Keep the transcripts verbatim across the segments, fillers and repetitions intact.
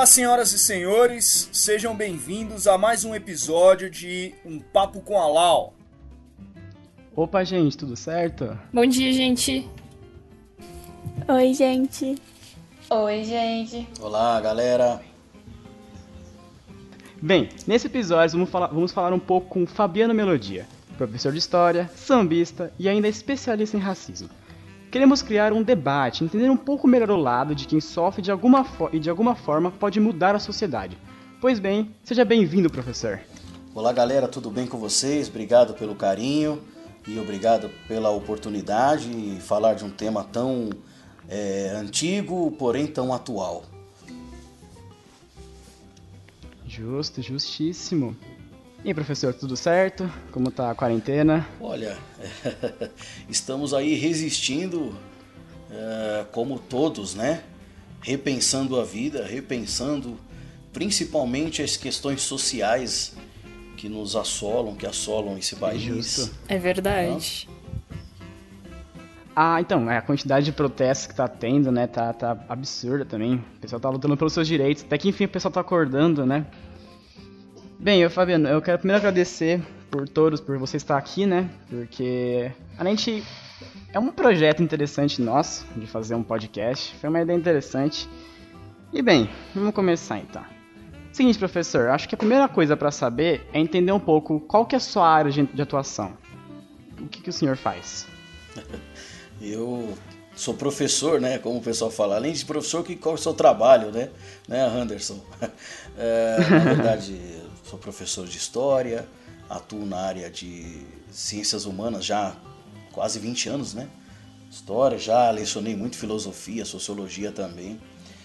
Olá, senhoras e senhores, sejam bem-vindos a mais um episódio de Um Papo com a Lau. Opa, gente, tudo certo? Bom dia, gente. Oi, gente. Oi, gente. Olá, galera. Bem, nesse episódio vamos falar, vamos falar um pouco com Fabiano Melodia, professor de História, sambista e ainda especialista em racismo. Queremos criar um debate, entender um pouco melhor o lado de quem sofre de alguma fo- e de alguma forma pode mudar a sociedade. Pois bem, seja bem-vindo, professor. Olá, galera, tudo bem com vocês? Obrigado pelo carinho e obrigado pela oportunidade de falar de um tema tão é, antigo, porém tão atual. Justo, justíssimo. E aí, professor, tudo certo? Como tá a quarentena? Olha, estamos aí resistindo, é, como todos, né? Repensando a vida, repensando principalmente as questões sociais que nos assolam, que assolam esse país. Justo. É verdade. Ah, então, é, a quantidade de protestos que tá tendo, né, tá, tá absurda também. O pessoal tá lutando pelos seus direitos, até que enfim o pessoal tá acordando, né? Bem, eu, Fabiano, eu quero primeiro agradecer por todos, por você estar aqui, né? Porque a gente é um projeto interessante nosso, de fazer um podcast. Foi uma ideia interessante. E bem, vamos começar então. Seguinte, professor, acho que a primeira coisa para saber é entender um pouco qual que é a sua área de, de atuação. O que, que o senhor faz? Eu sou professor, né? Como o pessoal fala, além de professor, que qual é o seu trabalho, né? Né, Anderson? É, na verdade, sou professor de História, atuo na área de Ciências Humanas já há quase vinte anos, né? História, já lecionei muito Filosofia, Sociologia também.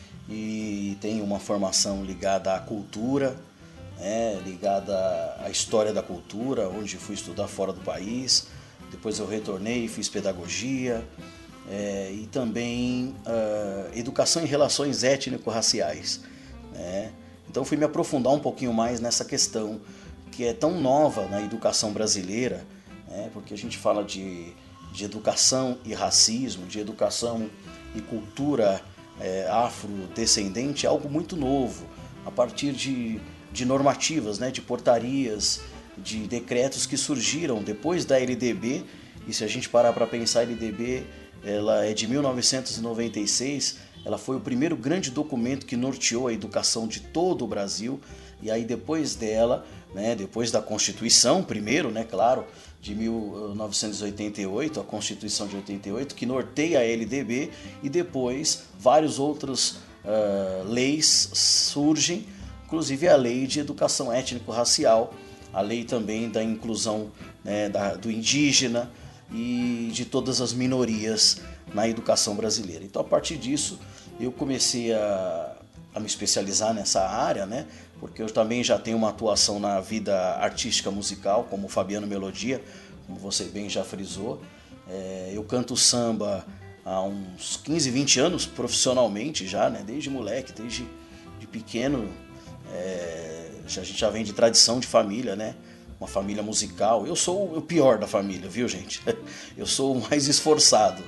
E tenho uma formação ligada à cultura, né? Ligada à história da cultura, onde fui estudar fora do país. Depois eu retornei e fiz Pedagogia. É, e também uh, Educação em Relações Étnico-Raciais, né? Então fui me aprofundar um pouquinho mais nessa questão que é tão nova na educação brasileira, né? Porque a gente fala de, de educação e racismo, de educação e cultura é, afrodescendente, é algo muito novo, a partir de, de normativas, né? De portarias, de decretos que surgiram depois da L D B. E se a gente parar para pensar, a L D B ela é de mil novecentos e noventa e seis, ela foi o primeiro grande documento que norteou a educação de todo o Brasil. E aí depois dela, né, depois da Constituição, primeiro, né, claro, de mil novecentos e oitenta e oito, a Constituição de oitenta e oito, que norteia a L D B, e depois várias outras uh, leis surgem, inclusive a Lei de Educação Étnico-Racial, a lei também da inclusão, né, da, do indígena e de todas as minorias na educação brasileira. Então, a partir disso, eu comecei a, a me especializar nessa área, né? Porque eu também já tenho uma atuação na vida artística musical, como Fabiano Melodia, como você bem já frisou. É, eu canto samba há uns quinze, vinte anos, profissionalmente já, né? Desde moleque, desde de pequeno. É, a gente já vem de tradição de família, né? Uma família musical. Eu sou o pior da família, viu, gente? Eu sou o mais esforçado.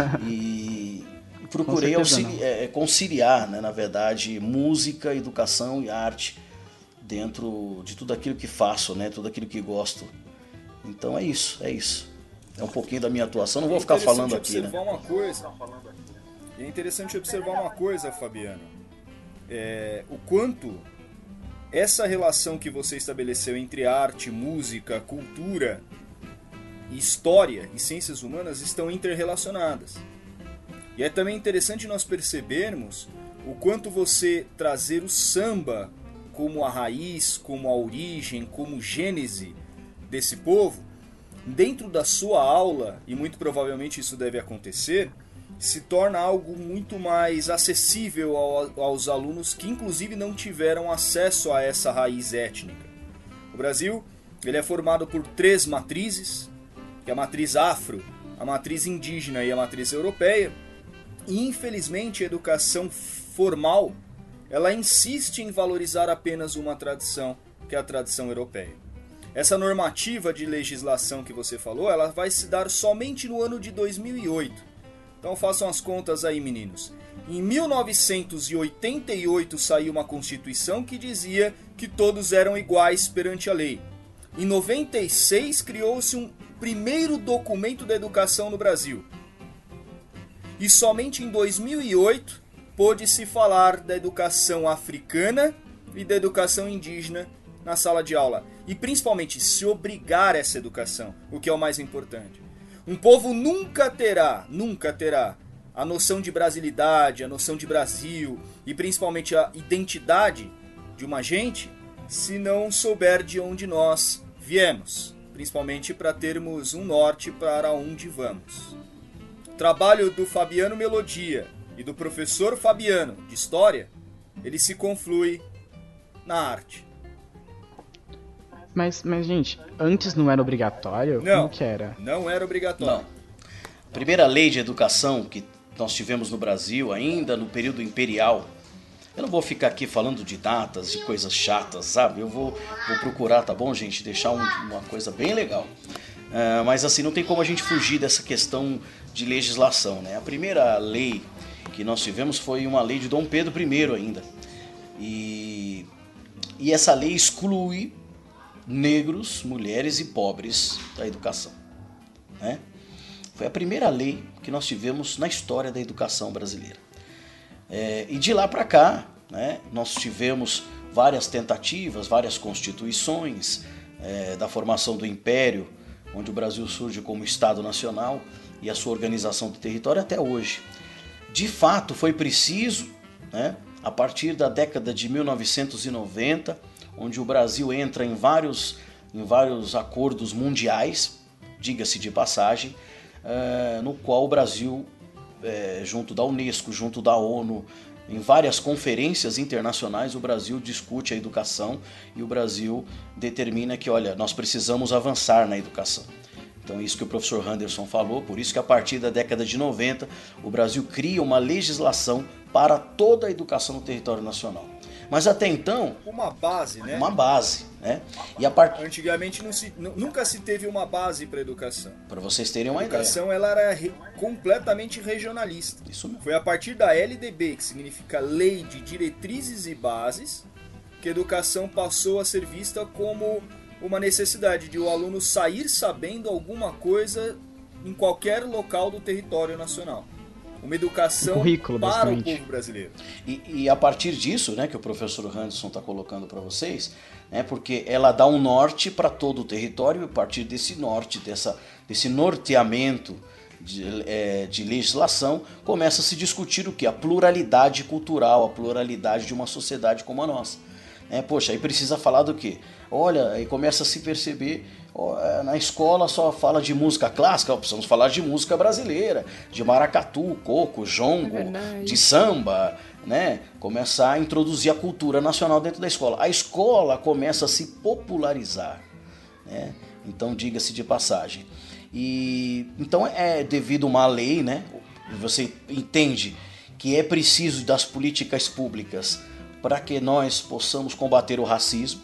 E procurei auxili- é, conciliar, né, na verdade, música, educação e arte dentro de tudo aquilo que faço, né? Tudo aquilo que gosto. Então é isso, é isso. É um pouquinho da minha atuação. Não vou ficar falando aqui, né? Uma coisa, é interessante observar uma coisa, Fabiano. É, o quanto essa relação que você estabeleceu entre arte, música, cultura, história e ciências humanas estão interrelacionadas. E é também interessante nós percebermos o quanto você trazer o samba como a raiz, como a origem, como gênese desse povo, dentro da sua aula, e muito provavelmente isso deve acontecer, se torna algo muito mais acessível ao, aos alunos que inclusive não tiveram acesso a essa raiz étnica. O Brasil ele é formado por três matrizes, que é a matriz afro, a matriz indígena e a matriz europeia, e infelizmente a educação formal ela insiste em valorizar apenas uma tradição, que é a tradição europeia. Essa normativa de legislação que você falou, ela vai se dar somente no ano de dois mil e oito. Então façam as contas aí, meninos. Em mil novecentos e oitenta e oito saiu uma Constituição que dizia que todos eram iguais perante a lei. Em noventa e seis criou-se um primeiro documento da educação no Brasil. E somente em dois mil e oito pôde-se falar da educação africana e da educação indígena na sala de aula. E principalmente se obrigar a essa educação, o que é o mais importante. Um povo nunca terá, nunca terá a noção de brasilidade, a noção de Brasil e principalmente a identidade de uma gente se não souber de onde nós viemos, principalmente para termos um norte para onde vamos. O trabalho do Fabiano Melodia e do professor Fabiano de História, ele se conflui na arte. Mas, mas, gente, antes não era obrigatório? Não, Como que era? Não era obrigatório. Não. A primeira lei de educação que nós tivemos no Brasil, ainda no período imperial, eu não vou ficar aqui falando de datas, de coisas chatas, sabe? Eu vou, vou procurar, tá bom, gente? Deixar um, uma coisa bem legal. Uh, mas assim, não tem como a gente fugir dessa questão de legislação, né? A primeira lei que nós tivemos foi uma lei de Dom Pedro I ainda. E, e essa lei exclui negros, mulheres e pobres da educação, né? Foi a primeira lei que nós tivemos na história da educação brasileira. É, e de lá para cá, né, nós tivemos várias tentativas, várias constituições, é, da formação do Império, onde o Brasil surge como Estado Nacional e a sua organização do território até hoje. De fato, foi preciso, né, a partir da década de mil novecentos e noventa, onde o Brasil entra em vários, em vários acordos mundiais, diga-se de passagem, uh, no qual o Brasil, uh, junto da Unesco, junto da ONU, em várias conferências internacionais, o Brasil discute a educação e o Brasil determina que, olha, nós precisamos avançar na educação. Então, isso que o professor Henderson falou, por isso que a partir da década de noventa, o Brasil cria uma legislação para toda a educação no território nacional. Mas até então... Uma base, né? Uma base, né? E a part... Antigamente não se, nunca se teve uma base para a educação. Para vocês terem uma ideia. A educação ideia. ela era re... completamente regionalista. Isso mesmo. Foi a partir da L D B, que significa Lei de Diretrizes e Bases, que a educação passou a ser vista como uma necessidade de o aluno sair sabendo alguma coisa em qualquer local do território nacional. Uma educação currículo, para o povo brasileiro. E, e a partir disso, né, que o professor Henderson está colocando para vocês, né, porque ela dá um norte para todo o território, e a partir desse norte, dessa, desse norteamento de, é, de legislação, começa a se discutir o que? A pluralidade cultural, a pluralidade de uma sociedade como a nossa. É, poxa, aí precisa falar do quê? Olha, aí começa a se perceber, ó, na escola só fala de música clássica, ó, precisamos falar de música brasileira, de maracatu, coco, jongo, É de samba, né? Começa a introduzir a cultura nacional dentro da escola. A escola começa a se popularizar, né? Então, diga-se de passagem. E então é devido a uma lei, né? Você entende que é preciso das políticas públicas para que nós possamos combater o racismo.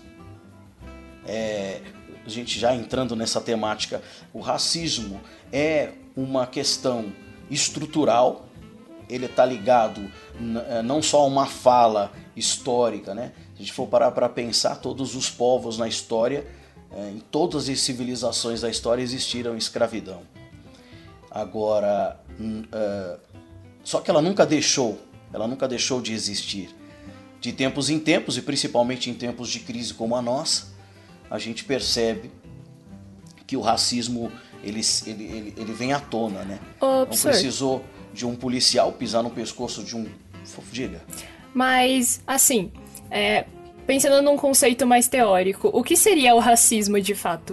É, a gente já entrando nessa temática, o racismo é uma questão estrutural, ele está ligado não só a uma fala histórica, né? Se a gente for parar para pensar, todos os povos na história, em todas as civilizações da história existiram escravidão. Agora, só que ela nunca deixou, ela nunca deixou de existir. De tempos em tempos, e principalmente em tempos de crise como a nossa, a gente percebe que o racismo ele, ele, ele, ele vem à tona, né? Ô, Não professor, precisou de um policial pisar no pescoço de um... Diga. mas, assim, é, pensando num conceito mais teórico, o que seria o racismo de fato?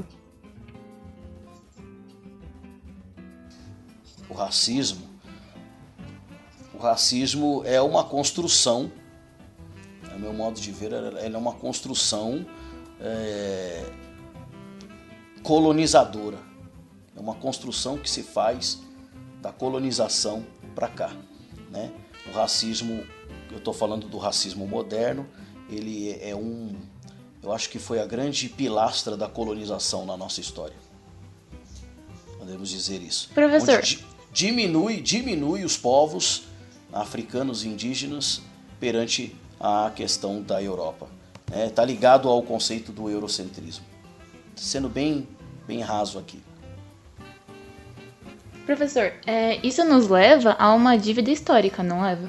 O racismo... O racismo é uma construção, no meu modo de ver, ela é uma construção é, colonizadora. É uma construção que se faz da colonização para cá, né? O racismo, eu estou falando do racismo moderno, ele é um, eu acho que foi a grande pilastra da colonização na nossa história. Podemos dizer isso. Professor, Onde, diminui, diminui os povos africanos e indígenas perante a questão da Europa. Está é, ligado ao conceito do eurocentrismo. Sendo bem, bem raso aqui. Professor, é, isso nos leva a uma dívida histórica, não leva?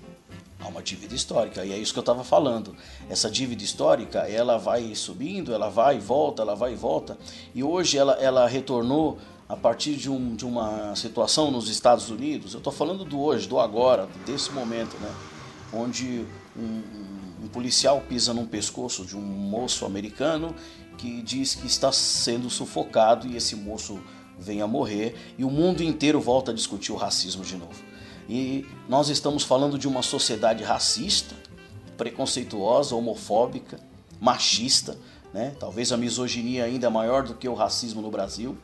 Há uma dívida histórica, e é isso que eu estava falando. Essa dívida histórica, ela vai subindo, ela vai e volta, ela vai e volta, e hoje ela, ela retornou a partir de, um, de uma situação nos Estados Unidos. Eu estou falando do hoje, do agora, desse momento, né? Onde um, um, um policial pisa num pescoço de um moço americano que diz que está sendo sufocado e esse moço vem a morrer, e o mundo inteiro volta a discutir o racismo de novo. E nós estamos falando de uma sociedade racista, preconceituosa, homofóbica, machista, né? Talvez a misoginia ainda é maior do que o racismo no Brasil.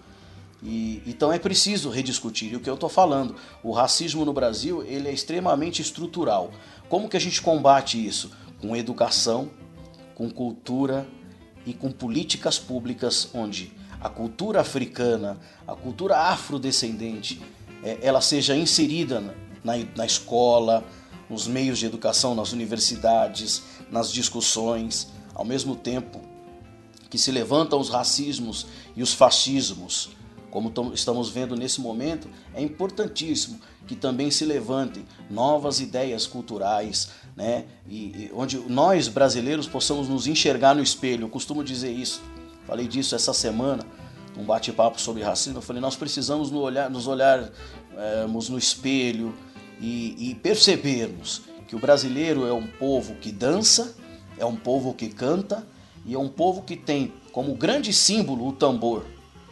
E, então é preciso rediscutir. E o que eu estou falando, o racismo no Brasil, ele é extremamente estrutural. Como que a gente combate isso? Com educação, com cultura e com políticas públicas onde a cultura africana, a cultura afrodescendente, é, ela seja inserida na, na escola, nos meios de educação, nas universidades, nas discussões, ao mesmo tempo que se levantam os racismos e os fascismos, como estamos vendo nesse momento, é importantíssimo que também se levantem novas ideias culturais, né? e, e onde nós brasileiros possamos nos enxergar no espelho. Eu costumo dizer isso. Falei disso essa semana, num bate-papo sobre racismo. Eu falei, nós precisamos nos olhar, nos olharmos no espelho e, e percebermos que o brasileiro é um povo que dança, é um povo que canta e é um povo que tem como grande símbolo o tambor.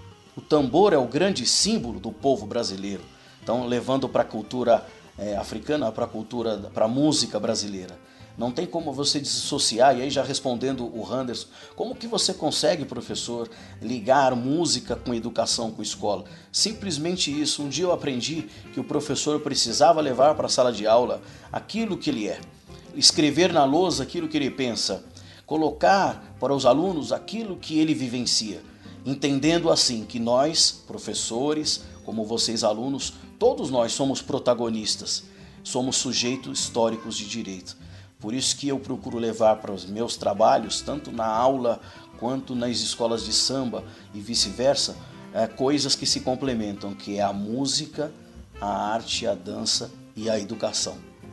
O tambor é o grande símbolo do povo brasileiro. Então, levando para a cultura é, africana, para a cultura, para a música brasileira. Não tem como você dissociar, e aí já respondendo o Anderson, como que você consegue, professor, ligar música com educação, com escola? Simplesmente isso. Um dia eu aprendi que o professor precisava levar para a sala de aula aquilo que ele é, escrever na lousa aquilo que ele pensa, colocar para os alunos aquilo que ele vivencia, entendendo assim que nós, professores, como vocês alunos, todos nós somos protagonistas, somos sujeitos históricos de direito. Por isso que eu procuro levar para os meus trabalhos, tanto na aula quanto nas escolas de samba e vice-versa, é, coisas que se complementam, que é a música, a arte, a dança e a educação.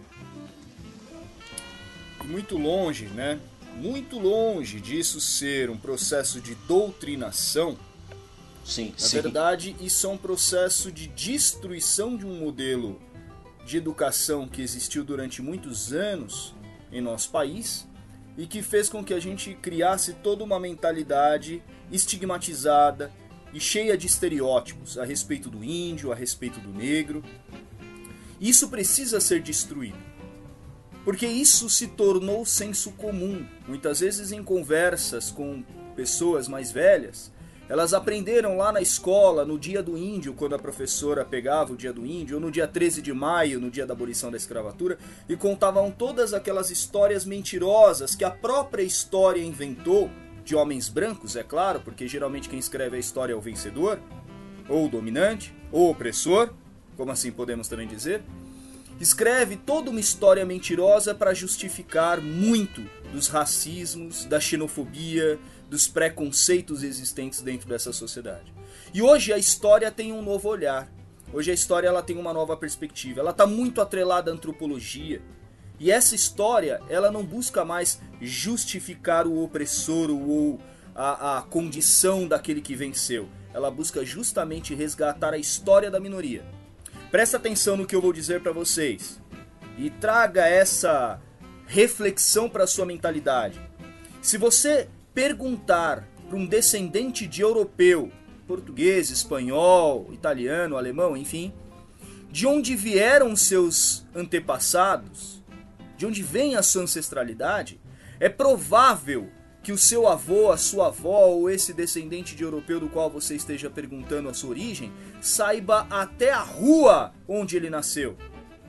Muito longe, né? Muito longe disso ser um processo de doutrinação. Sim, Na sim. verdade, isso é um processo de destruição de um modelo de educação que existiu durante muitos anos em nosso país e que fez com que a gente criasse toda uma mentalidade estigmatizada e cheia de estereótipos a respeito do índio, a respeito do negro. Isso precisa ser destruído, porque isso se tornou senso comum. Muitas vezes em conversas com pessoas mais velhas, elas aprenderam lá na escola, no dia do índio, quando a professora pegava o dia do índio, ou no dia treze de maio, no dia da abolição da escravatura, e contavam todas aquelas histórias mentirosas que a própria história inventou, de homens brancos, é claro, porque geralmente quem escreve a história é o vencedor, ou o dominante, ou o opressor, como assim podemos também dizer. Escreve toda uma história mentirosa para justificar muito dos racismos, da xenofobia, dos preconceitos existentes dentro dessa sociedade. E hoje a história tem um novo olhar. Hoje a história ela tem uma nova perspectiva. Ela está muito atrelada à antropologia. E essa história ela não busca mais justificar o opressor ou a, a condição daquele que venceu. Ela busca justamente resgatar a história da minoria. Presta atenção no que eu vou dizer para vocês e traga essa reflexão para a sua mentalidade. Se você perguntar para um descendente de europeu, português, espanhol, italiano, alemão, enfim, de onde vieram seus antepassados, de onde vem a sua ancestralidade, é provável que o seu avô, a sua avó ou esse descendente de europeu do qual você esteja perguntando a sua origem, saiba até a rua onde ele nasceu.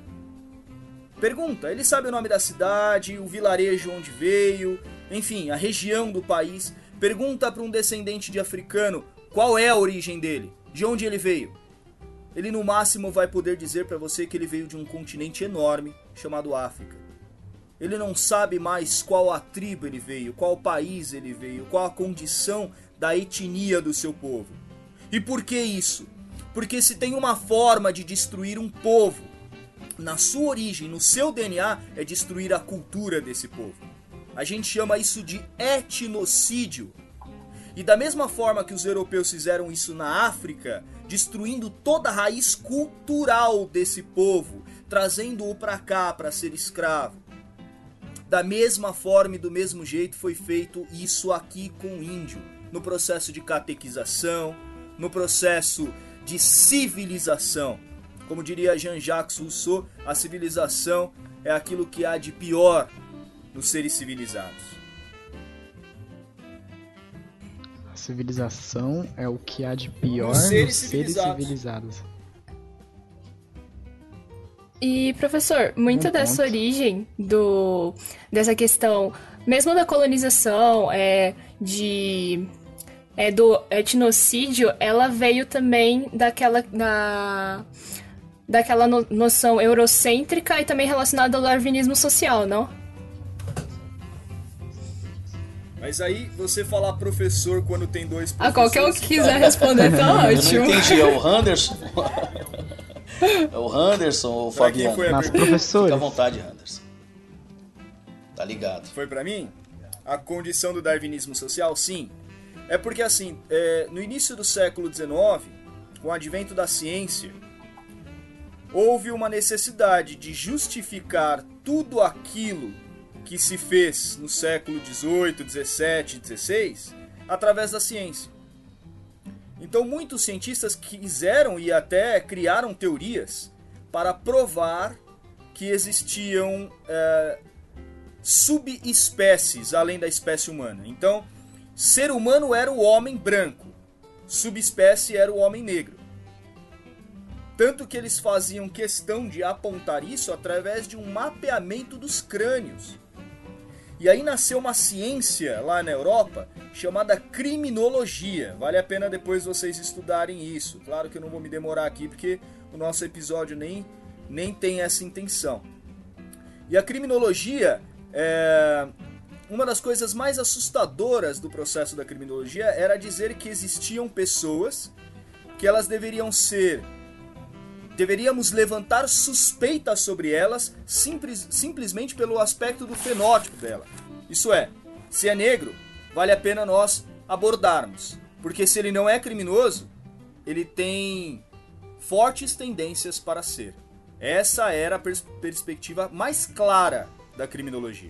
Pergunta, ele sabe o nome da cidade, o vilarejo onde veio, enfim, a região do país. Pergunta para um descendente de africano qual é a origem dele, de onde ele veio. ele no máximo vai poder dizer para você que ele veio de um continente enorme chamado África. Ele não sabe mais qual a tribo ele veio, qual país ele veio, qual a condição da etnia do seu povo. E por que isso? Porque se tem uma forma de destruir um povo, na sua origem, no seu D N A, é destruir a cultura desse povo. A gente chama isso de etnocídio. E da mesma forma que os europeus fizeram isso na África, destruindo toda a raiz cultural desse povo, trazendo-o para cá para ser escravo, da mesma forma e do mesmo jeito foi feito isso aqui com o índio, no processo de catequização, no processo de civilização. Como diria Jean-Jacques Rousseau, a civilização é aquilo que há de pior nos seres civilizados. A civilização é o que há de pior Nos nos seres seres civilizados. civilizados. E, professor, muito Um dessa ponto. origem do, dessa questão, mesmo da colonização, é, de, é, do etnocídio, ela veio também daquela, da, daquela no- noção eurocêntrica e também relacionada ao darwinismo social, não? Mas aí você falar professor quando tem dois Ah, professores... qualquer um que quiser responder tá Eu não ótimo. entendi, é o Anderson? É o Anderson ou o Pra quem Fabiano? foi a Nas pergunta? professores. Fica à vontade, Anderson. Tá ligado. Foi pra mim? A condição do darwinismo social? Sim. É porque assim, é, no início do século dezenove, com o advento da ciência, houve uma necessidade de justificar tudo aquilo que se fez no século dezoito, dezessete, dezesseis, através da ciência. Então muitos cientistas quiseram e até criaram teorias para provar que existiam é, subespécies além da espécie humana. Então, ser humano era o homem branco, subespécie era o homem negro. Tanto que eles faziam questão de apontar isso através de um mapeamento dos crânios. E aí nasceu uma ciência lá na Europa chamada criminologia. Vale a pena depois vocês estudarem isso. Claro que eu não vou me demorar aqui porque o nosso episódio nem, nem tem essa intenção. E a criminologia, é... uma das coisas mais assustadoras do processo da criminologia era dizer que existiam pessoas que elas deveriam ser... Deveríamos levantar suspeitas sobre elas simples, simplesmente pelo aspecto do fenótipo dela. Isso é, se é negro, vale a pena nós abordarmos. Porque se ele não é criminoso, ele tem fortes tendências para ser. Essa era a pers- perspectiva mais clara da criminologia.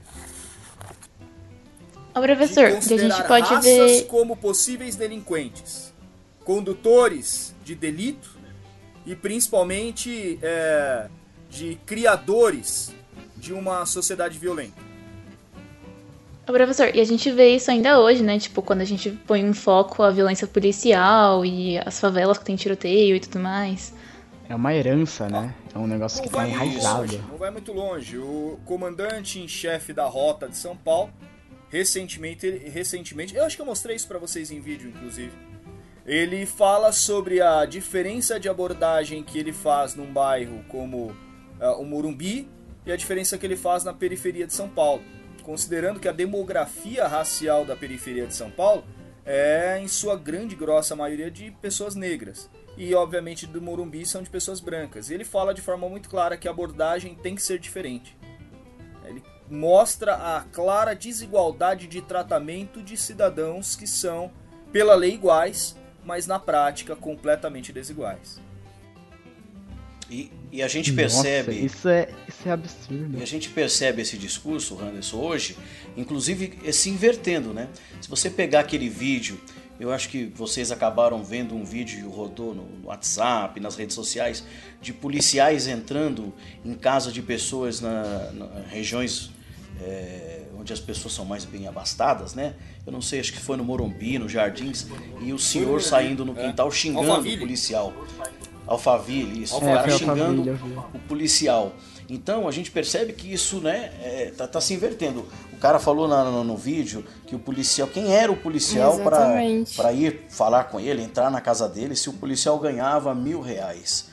Ô, professor, De e a gente considerar pode raças ver. como possíveis delinquentes, condutores de delito e principalmente é, de criadores de uma sociedade violenta. Ô, professor, e a gente vê isso ainda hoje, né? Tipo, quando a gente põe em foco a violência policial e as favelas que tem tiroteio e tudo mais. É uma herança, né? É um negócio que Não tá vai muito enraizado. longe, não vai muito longe. O comandante em chefe da Rota de São Paulo, recentemente, ele- recentemente, eu acho que eu mostrei isso pra vocês em vídeo, inclusive. Ele fala sobre a diferença de abordagem que ele faz num bairro como ah, o Morumbi e a diferença que ele faz na periferia de São Paulo. Considerando que a demografia racial da periferia de São Paulo é, em sua grande e grossa maioria, de pessoas negras. E, obviamente, do Morumbi são de pessoas brancas. E ele fala de forma muito clara que a abordagem tem que ser diferente. Ele mostra a clara desigualdade de tratamento de cidadãos que são, pela lei, iguais, mas na prática completamente desiguais. E, e a gente Nossa, percebe... isso é, isso é absurdo. E a gente percebe esse discurso, Anderson, hoje, inclusive se invertendo, né? Se você pegar aquele vídeo, eu acho que vocês acabaram vendo um vídeo que rodou no WhatsApp, nas redes sociais, de policiais entrando em casa de pessoas na, na regiões é, onde as pessoas são mais bem abastadas, né? Eu não sei, acho que foi no Morumbi, nos Jardins, e o senhor saindo no quintal xingando Alphaville. o policial. Alphaville, isso, o Alphaville. cara É, foi xingando Alphaville, eu vi. o policial. Então a gente percebe que isso, né, é, tá, tá se invertendo. O cara falou na- no, no vídeo que o policial, quem era o policial para Exatamente. para ir falar com ele, entrar na casa dele, se o policial ganhava mil reais.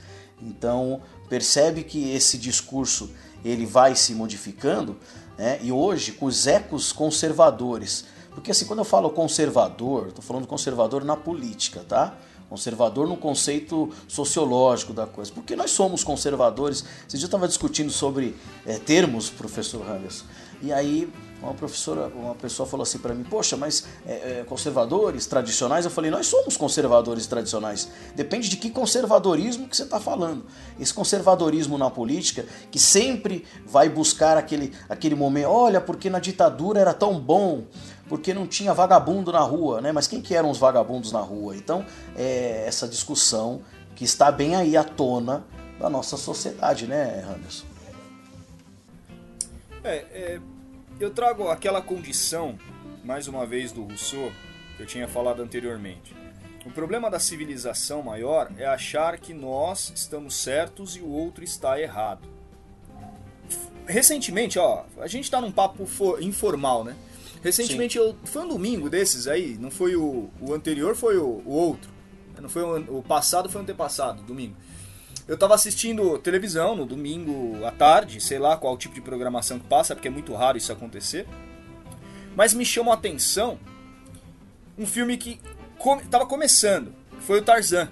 Então, percebe que esse discurso ele vai se modificando, né? E hoje, com os ecos conservadores, porque assim, quando eu falo conservador, estou falando conservador na política, tá? Conservador no conceito sociológico da coisa. Porque nós somos conservadores. Esse dia eu estava discutindo sobre é, termos, professor Anderson. E aí uma professora, uma pessoa falou assim para mim, poxa, mas é, é, conservadores tradicionais? Eu falei, nós somos conservadores tradicionais. Depende de que conservadorismo que você está falando. Esse conservadorismo na política, que sempre vai buscar aquele, aquele momento, olha, porque na ditadura era tão bom, porque não tinha vagabundo na rua, né? Mas quem que eram os vagabundos na rua? Então, é essa discussão que está bem aí à tona da nossa sociedade, né, Anderson? É, é, eu trago aquela condição, mais uma vez, do Rousseau, que eu tinha falado anteriormente. O problema da civilização maior é achar que nós estamos certos e o outro está errado. Recentemente, ó, a gente está num papo for, informal, né? Recentemente, eu, foi um domingo desses aí, não foi o, o anterior, foi o, o outro. Não foi o, o passado, foi o antepassado, domingo. Eu tava assistindo televisão no domingo à tarde, sei lá qual tipo de programação que passa, porque é muito raro isso acontecer. Mas me chamou a atenção um filme que come, tava começando, foi o Tarzan.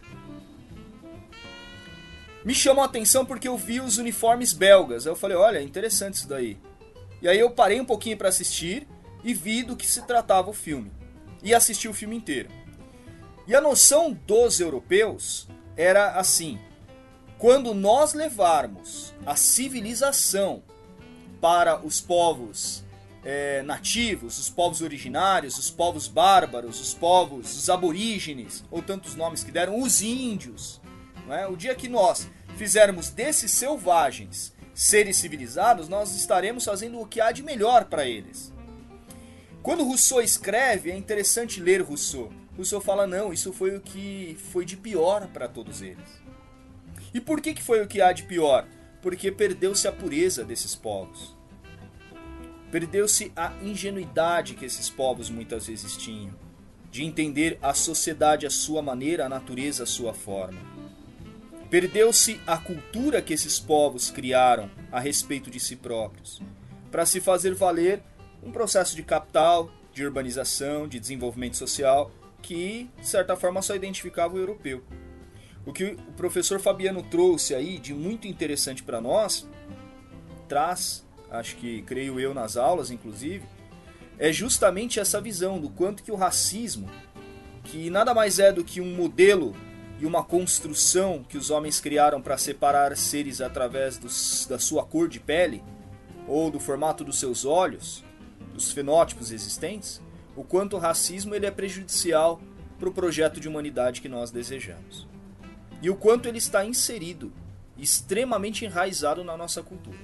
Me chamou a atenção porque eu vi os uniformes belgas. Eu falei, olha, interessante isso daí. E aí eu parei um pouquinho para assistir e vi do que se tratava o filme. E assisti o filme inteiro. E a noção dos europeus era assim: quando nós levarmos a civilização para os povos é, nativos, os povos originários, os povos bárbaros, os povos, os aborígenes, ou tantos nomes que deram, os índios, não é? O dia que nós fizermos desses selvagens seres civilizados, nós estaremos fazendo o que há de melhor para eles. Quando Rousseau escreve, é interessante ler Rousseau. Rousseau fala, não, isso foi o que foi de pior para todos eles. E por que, que foi o que há de pior? Porque perdeu-se a pureza desses povos. Perdeu-se a ingenuidade que esses povos muitas vezes tinham, de entender a sociedade à sua maneira, a natureza à sua forma. Perdeu-se a cultura que esses povos criaram a respeito de si próprios, para se fazer valer um processo de capital, de urbanização, de desenvolvimento social, que, de certa forma, só identificava o europeu. O que o professor Fabiano trouxe aí de muito interessante para nós, traz, acho que creio eu nas aulas, inclusive, é justamente essa visão do quanto que o racismo, que nada mais é do que um modelo e uma construção que os homens criaram para separar seres através dos, da sua cor de pele, ou do formato dos seus olhos, dos fenótipos existentes, o quanto o racismo ele é prejudicial para o projeto de humanidade que nós desejamos. E o quanto ele está inserido, extremamente enraizado na nossa cultura.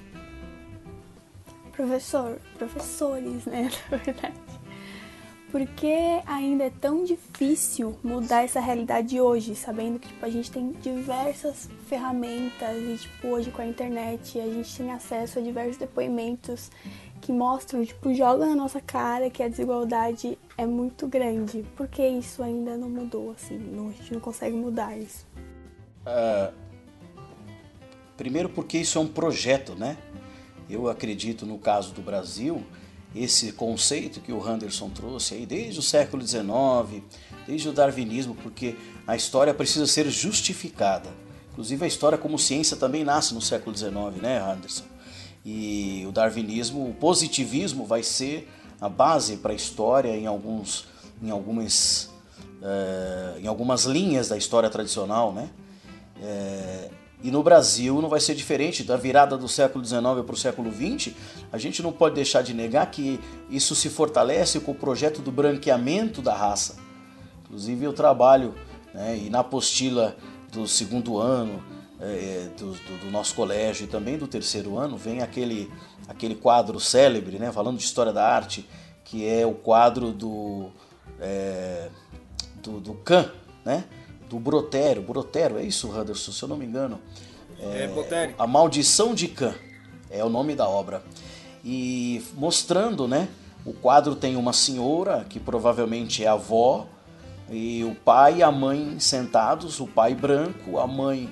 Professor, professores, né, na verdade. Por que ainda é tão difícil mudar essa realidade hoje, sabendo que tipo, a gente tem diversas ferramentas e tipo, hoje com a internet a gente tem acesso a diversos depoimentos que mostram, tipo, jogam na nossa cara que a desigualdade é muito grande. Por que isso ainda não mudou, assim? Não, a gente não consegue mudar isso. Uh, primeiro porque isso é um projeto, né? Eu acredito, no caso do Brasil, esse conceito que o Anderson trouxe aí desde o século dezenove, desde o darwinismo, porque a história precisa ser justificada. Inclusive a história como ciência também nasce no século dezenove, né, Anderson? E o darwinismo, o positivismo vai ser a base para a história em, alguns, em, algumas, uh, em algumas linhas da história tradicional, né? É, e no Brasil não vai ser diferente. Da virada do século dezenove para o século vinte, a gente não pode deixar de negar que isso se fortalece com o projeto do branqueamento da raça. Inclusive eu trabalho, né, e na apostila do segundo ano é, do, do, do nosso colégio e também do terceiro ano vem aquele, aquele quadro célebre, né, falando de história da arte, que é o quadro do, é, do, do Kahn, né? Do Brotero, Brotero, é isso, Anderson, se eu não me engano. É, é Botério. A Maldição de Kahn é o nome da obra. E mostrando, né, o quadro tem uma senhora, que provavelmente é a avó, e o pai e a mãe sentados, o pai branco, a mãe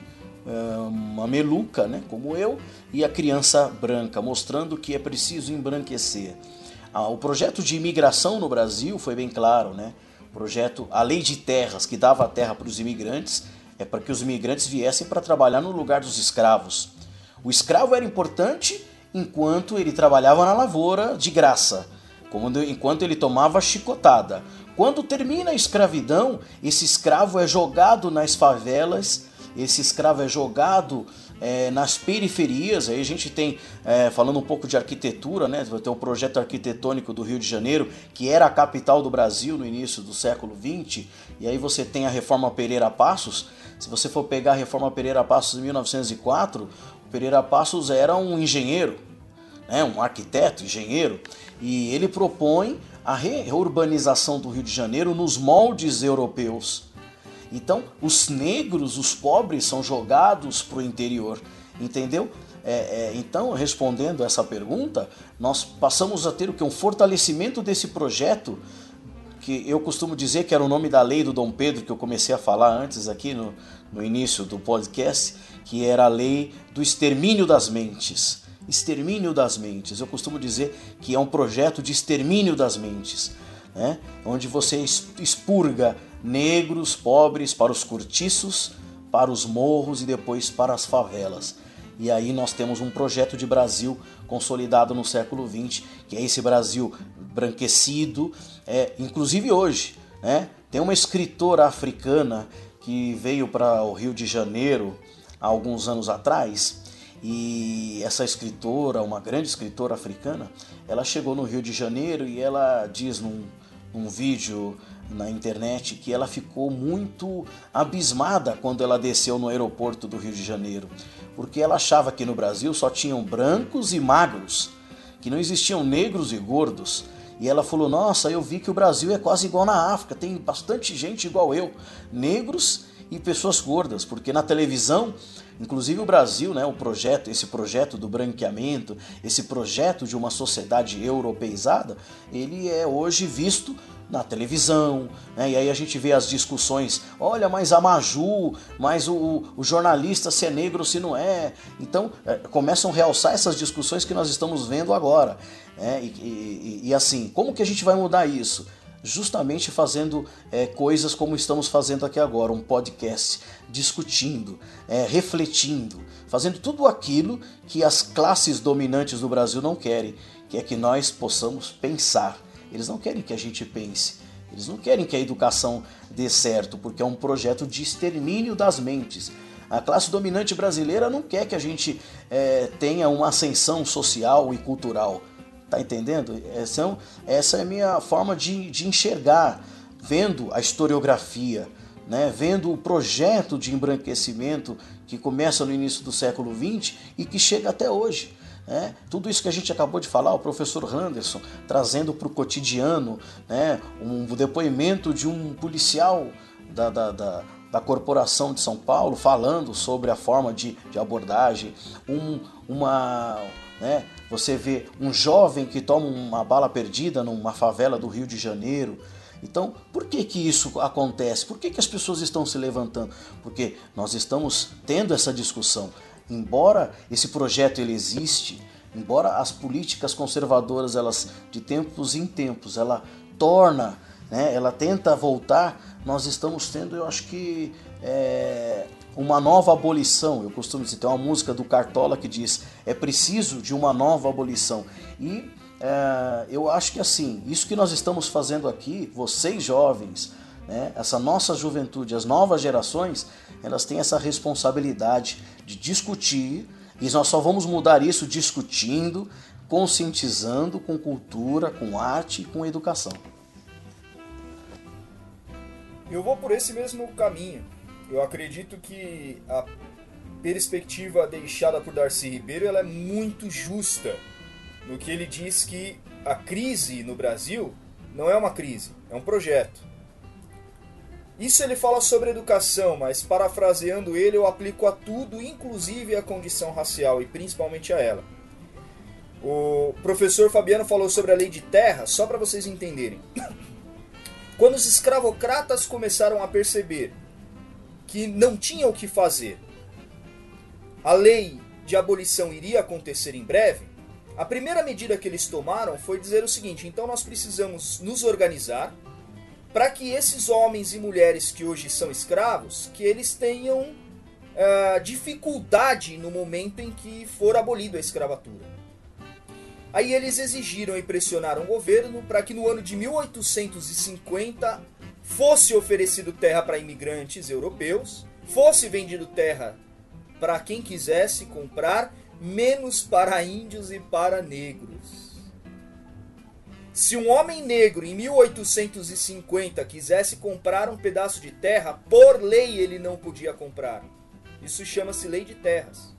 uma meluca, né, como eu, e a criança branca, mostrando que é preciso embranquecer. Ah, o projeto de imigração no Brasil foi bem claro, né? O projeto, a lei de terras, que dava a terra para os imigrantes, é para que os imigrantes viessem para trabalhar no lugar dos escravos. O escravo era importante enquanto ele trabalhava na lavoura de graça, como enquanto ele tomava chicotada. Quando termina a escravidão, esse escravo é jogado nas favelas, esse escravo é jogado é, nas periferias. Aí a gente tem, é, falando um pouco de arquitetura, né, tem o projeto arquitetônico do Rio de Janeiro, que era a capital do Brasil no início do século vinte, e aí você tem a Reforma Pereira Passos. Se você for pegar a Reforma Pereira Passos em mil novecentos e quatro, o Pereira Passos era um engenheiro, né, um arquiteto, engenheiro, e ele propõe a reurbanização do Rio de Janeiro nos moldes europeus. Então, os negros, os pobres, são jogados para o interior, entendeu? É, é, então, respondendo essa pergunta, nós passamos a ter o que? Um fortalecimento desse projeto, que eu costumo dizer que era o nome da lei do Dom Pedro, que eu comecei a falar antes aqui no, no início do podcast, que era a lei do extermínio das mentes. Extermínio das mentes. Eu costumo dizer que é um projeto de extermínio das mentes, né? Onde você expurga negros, pobres para os cortiços, para os morros e depois para as favelas. E aí nós temos um projeto de Brasil consolidado no século vinte, que é esse Brasil branquecido, é, inclusive hoje, né? Tem uma escritora africana que veio para o Rio de Janeiro há alguns anos atrás, e essa escritora, uma grande escritora africana, ela chegou no Rio de Janeiro e ela diz num, num vídeo na internet que ela ficou muito abismada quando ela desceu no aeroporto do Rio de Janeiro, porque ela achava que no Brasil só tinham brancos e magros, que não existiam negros e gordos. E ela falou, nossa, eu vi que o Brasil é quase igual na África, tem bastante gente igual eu, negros e pessoas gordas, porque na televisão, inclusive o Brasil, né, o projeto, esse projeto do branqueamento, esse projeto de uma sociedade europeizada, ele é hoje visto na televisão, né? E aí a gente vê as discussões, olha, mas a Maju, mas o, o jornalista se é negro ou se não é. Então é, começam a realçar essas discussões que nós estamos vendo agora, né? e, e, e assim, como que a gente vai mudar isso? Justamente fazendo é, coisas como estamos fazendo aqui agora, um podcast, discutindo, é, refletindo, fazendo tudo aquilo que as classes dominantes do Brasil não querem, que é que nós possamos pensar. Eles não querem que a gente pense, eles não querem que a educação dê certo, porque é um projeto de extermínio das mentes. A classe dominante brasileira não quer que a gente é, tenha uma ascensão social e cultural. Tá entendendo? Essa, essa é a minha forma de, de enxergar, vendo a historiografia, né? Vendo o projeto de embranquecimento que começa no início do século vinte e que chega até hoje. Né? Tudo isso que a gente acabou de falar, o professor Anderson trazendo para o cotidiano, né? Um depoimento de um policial da, da, da, da Corporação de São Paulo falando sobre a forma de, de abordagem, um, uma... Né? Você vê um jovem que toma uma bala perdida numa favela do Rio de Janeiro. Então, por que que isso acontece? Por que que as pessoas estão se levantando? Porque nós estamos tendo essa discussão. Embora esse projeto ele existe, embora as políticas conservadoras, elas de tempos em tempos, ela torna, né, ela tenta voltar, nós estamos tendo, eu acho que... É... uma nova abolição. Eu costumo dizer, tem uma música do Cartola que diz, é preciso de uma nova abolição. E é, eu acho que assim, isso que nós estamos fazendo aqui, vocês jovens, né, essa nossa juventude, as novas gerações, elas têm essa responsabilidade de discutir, e nós só vamos mudar isso discutindo, conscientizando, com cultura, com arte e com educação. Eu vou por esse mesmo caminho. Eu acredito que a perspectiva deixada por Darcy Ribeiro ela é muito justa no que ele diz que a crise no Brasil não é uma crise, é um projeto. Isso ele fala sobre educação, mas parafraseando ele eu aplico a tudo, inclusive a condição racial e principalmente a ela. O professor Fabiano falou sobre a lei de terra, só para vocês entenderem. Quando os escravocratas começaram a perceber que não tinham o que fazer, a lei de abolição iria acontecer em breve, a primeira medida que eles tomaram foi dizer o seguinte: então nós precisamos nos organizar para que esses homens e mulheres que hoje são escravos, que eles tenham uh, dificuldade no momento em que for abolida a escravatura. Aí eles exigiram e pressionaram o governo para que no ano de mil oitocentos e cinquenta fosse oferecido terra para imigrantes europeus, fosse vendido terra para quem quisesse comprar, menos para índios e para negros. Se um homem negro em mil oitocentos e cinquenta quisesse comprar um pedaço de terra, por lei ele não podia comprar. Isso chama-se lei de terras.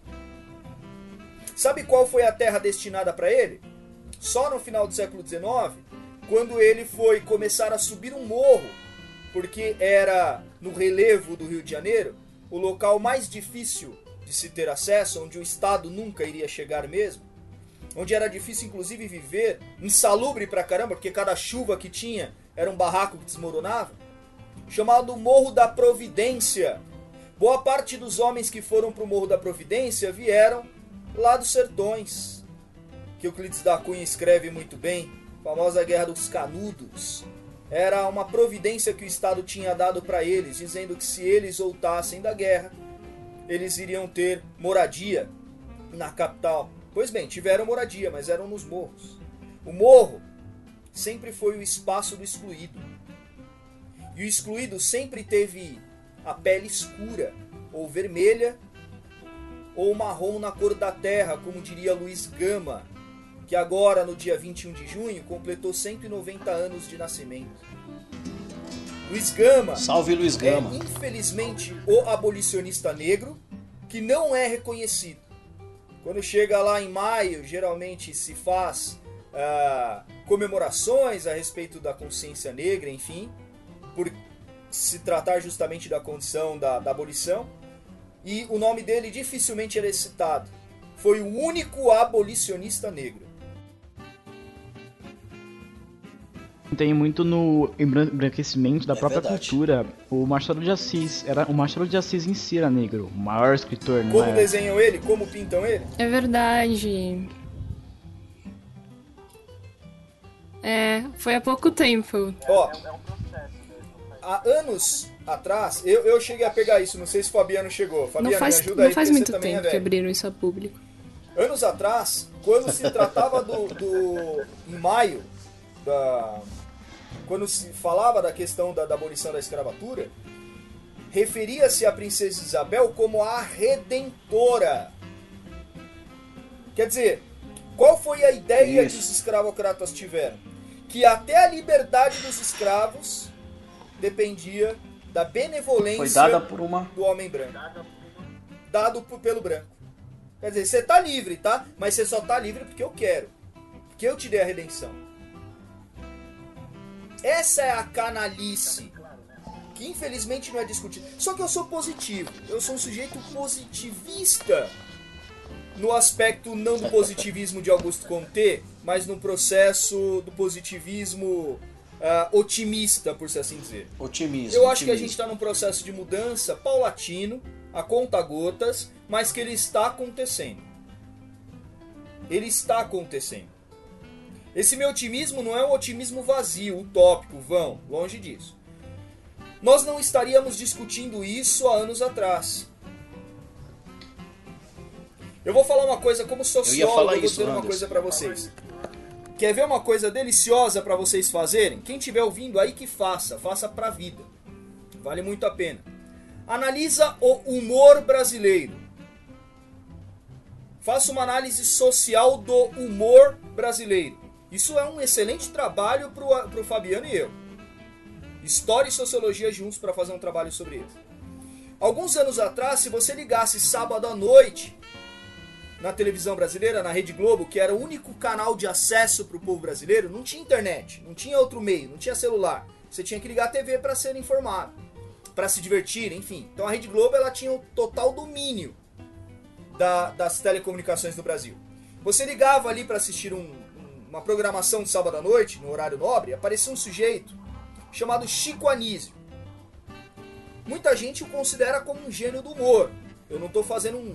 Sabe qual foi a terra destinada para ele? Só no final do século dezenove, quando ele foi começar a subir um morro, porque era no relevo do Rio de Janeiro, o local mais difícil de se ter acesso, onde o Estado nunca iria chegar mesmo, onde era difícil inclusive viver, insalubre pra caramba, porque cada chuva que tinha era um barraco que desmoronava, chamado Morro da Providência. Boa parte dos homens que foram pro Morro da Providência vieram lá dos sertões, que Euclides da Cunha escreve muito bem, a famosa Guerra dos Canudos. Era uma providência que o Estado tinha dado para eles, dizendo que se eles voltassem da guerra, eles iriam ter moradia na capital. Pois bem, tiveram moradia, mas eram nos morros. O morro sempre foi o espaço do excluído. E o excluído sempre teve a pele escura, ou vermelha, ou marrom na cor da terra, como diria Luiz Gama, que agora, no dia vinte e um de junho, completou cento e noventa anos de nascimento. Luiz Gama, Salve Luiz Gama. É, infelizmente, o abolicionista negro que não é reconhecido. Quando chega lá em maio, geralmente se faz ah, comemorações a respeito da consciência negra, enfim, por se tratar justamente da condição da, da abolição, e o nome dele dificilmente era citado. Foi o único abolicionista negro. Tem muito no embranquecimento da É própria verdade. cultura. O Machado de Assis, era, o Machado de Assis em si era negro, o maior escritor, não Como é? desenham ele? Como pintam ele? É verdade. É, foi há pouco tempo. Ó, há anos atrás, eu, eu cheguei a pegar isso, não sei se o Fabiano chegou. Fabiano, Não faz, me ajuda não aí, faz porque muito você também tempo é que velho. abriram isso a público. Anos atrás, quando se tratava do, do em maio, da, quando se falava da questão da, da abolição da escravatura, referia-se a Princesa Isabel como a Redentora. Quer dizer, qual foi a ideia Isso. que os escravocratas tiveram? Que até a liberdade dos escravos dependia da benevolência Foi dada por uma... do homem branco. Dado por- pelo branco. Quer dizer, você tá livre, tá? Mas você só tá livre porque eu quero. Porque eu te dei a redenção. Essa é a canalice que infelizmente não é discutida. Só que eu sou positivo. Eu sou um sujeito positivista. No aspecto não do positivismo de Augusto Comte, mas no processo do positivismo ah, otimista, por se assim dizer. Otimismo. Eu acho que a otimismo. gente está num processo de mudança paulatino, a conta gotas, mas que ele está acontecendo. Ele está acontecendo. Esse meu otimismo não é um otimismo vazio, utópico, vão, longe disso. Nós não estaríamos discutindo isso há anos atrás. Eu vou falar uma coisa como sociólogo, falar eu vou isso, dizer uma Anderson. coisa pra vocês. Quer ver uma coisa deliciosa pra vocês fazerem? Quem estiver ouvindo aí que faça, faça pra vida. Vale muito a pena. Analisa o humor brasileiro. Faça uma análise social do humor brasileiro. Isso é um excelente trabalho pro, pro Fabiano e eu. História e sociologia juntos para fazer um trabalho sobre isso. Alguns anos atrás, se você ligasse sábado à noite na televisão brasileira, na Rede Globo, que era o único canal de acesso para o povo brasileiro, não tinha internet, não tinha outro meio, não tinha celular. Você tinha que ligar a T V para ser informado, para se divertir, enfim. Então a Rede Globo ela tinha o total domínio da, das telecomunicações do Brasil. Você ligava ali para assistir um, uma programação de sábado à noite, no horário nobre, aparecia um sujeito chamado Chico Anísio. Muita gente o considera como um gênio do humor. Eu não estou fazendo um,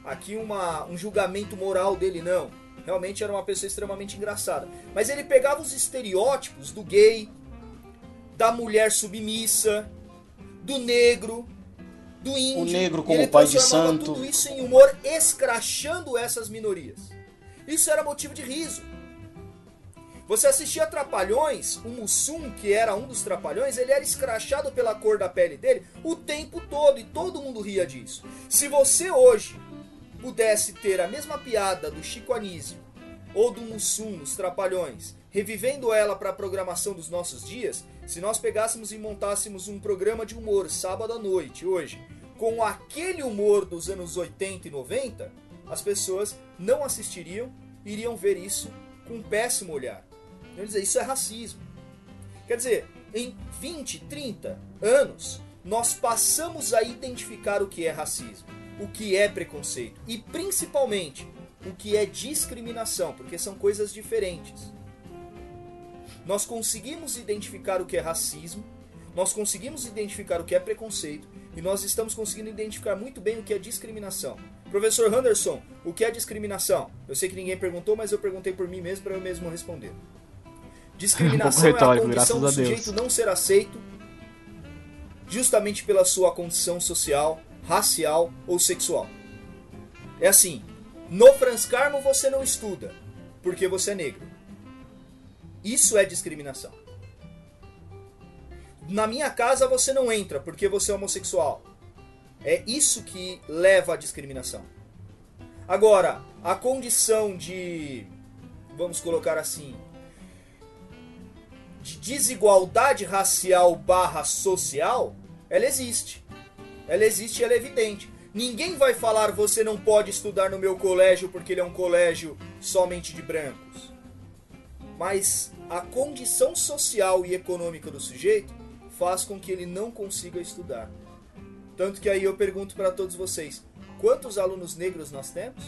aqui uma, um julgamento moral dele, não. Realmente era uma pessoa extremamente engraçada. Mas ele pegava os estereótipos do gay, da mulher submissa, do negro, do índio. O negro e como ele pai de transformava santo. tudo isso em humor, escrachando essas minorias. Isso era motivo de riso. Você assistia Trapalhões, o Mussum, que era um dos Trapalhões, ele era escrachado pela cor da pele dele o tempo todo, e todo mundo ria disso. Se você hoje pudesse ter a mesma piada do Chico Anísio ou do Mussum nos Trapalhões, revivendo ela para a programação dos nossos dias, se nós pegássemos e montássemos um programa de humor sábado à noite, hoje, com aquele humor dos anos oitenta e noventa, as pessoas não assistiriam, iriam ver isso com um péssimo olhar. Quer dizer, isso é racismo. Quer dizer, em vinte, trinta anos, nós passamos a identificar o que é racismo, o que é preconceito e, principalmente, o que é discriminação, porque são coisas diferentes. Nós conseguimos identificar o que é racismo, nós conseguimos identificar o que é preconceito e nós estamos conseguindo identificar muito bem o que é discriminação. Professor Anderson, o que é discriminação? Eu sei que ninguém perguntou, mas eu perguntei por mim mesmo para eu mesmo responder. Discriminação um retórico, é a condição do sujeito não ser aceito justamente pela sua condição social, racial ou sexual. É assim, no Franz Carmo você não estuda porque você é negro. Isso é discriminação. Na minha casa você não entra porque você é homossexual. É isso que leva à discriminação. Agora, a condição de, vamos colocar assim, de desigualdade racial barra social, ela existe. Ela existe e ela é evidente. Ninguém vai falar você não pode estudar no meu colégio porque ele é um colégio somente de brancos. Mas a condição social e econômica do sujeito faz com que ele não consiga estudar. Tanto que aí eu pergunto para todos vocês, quantos alunos negros nós temos?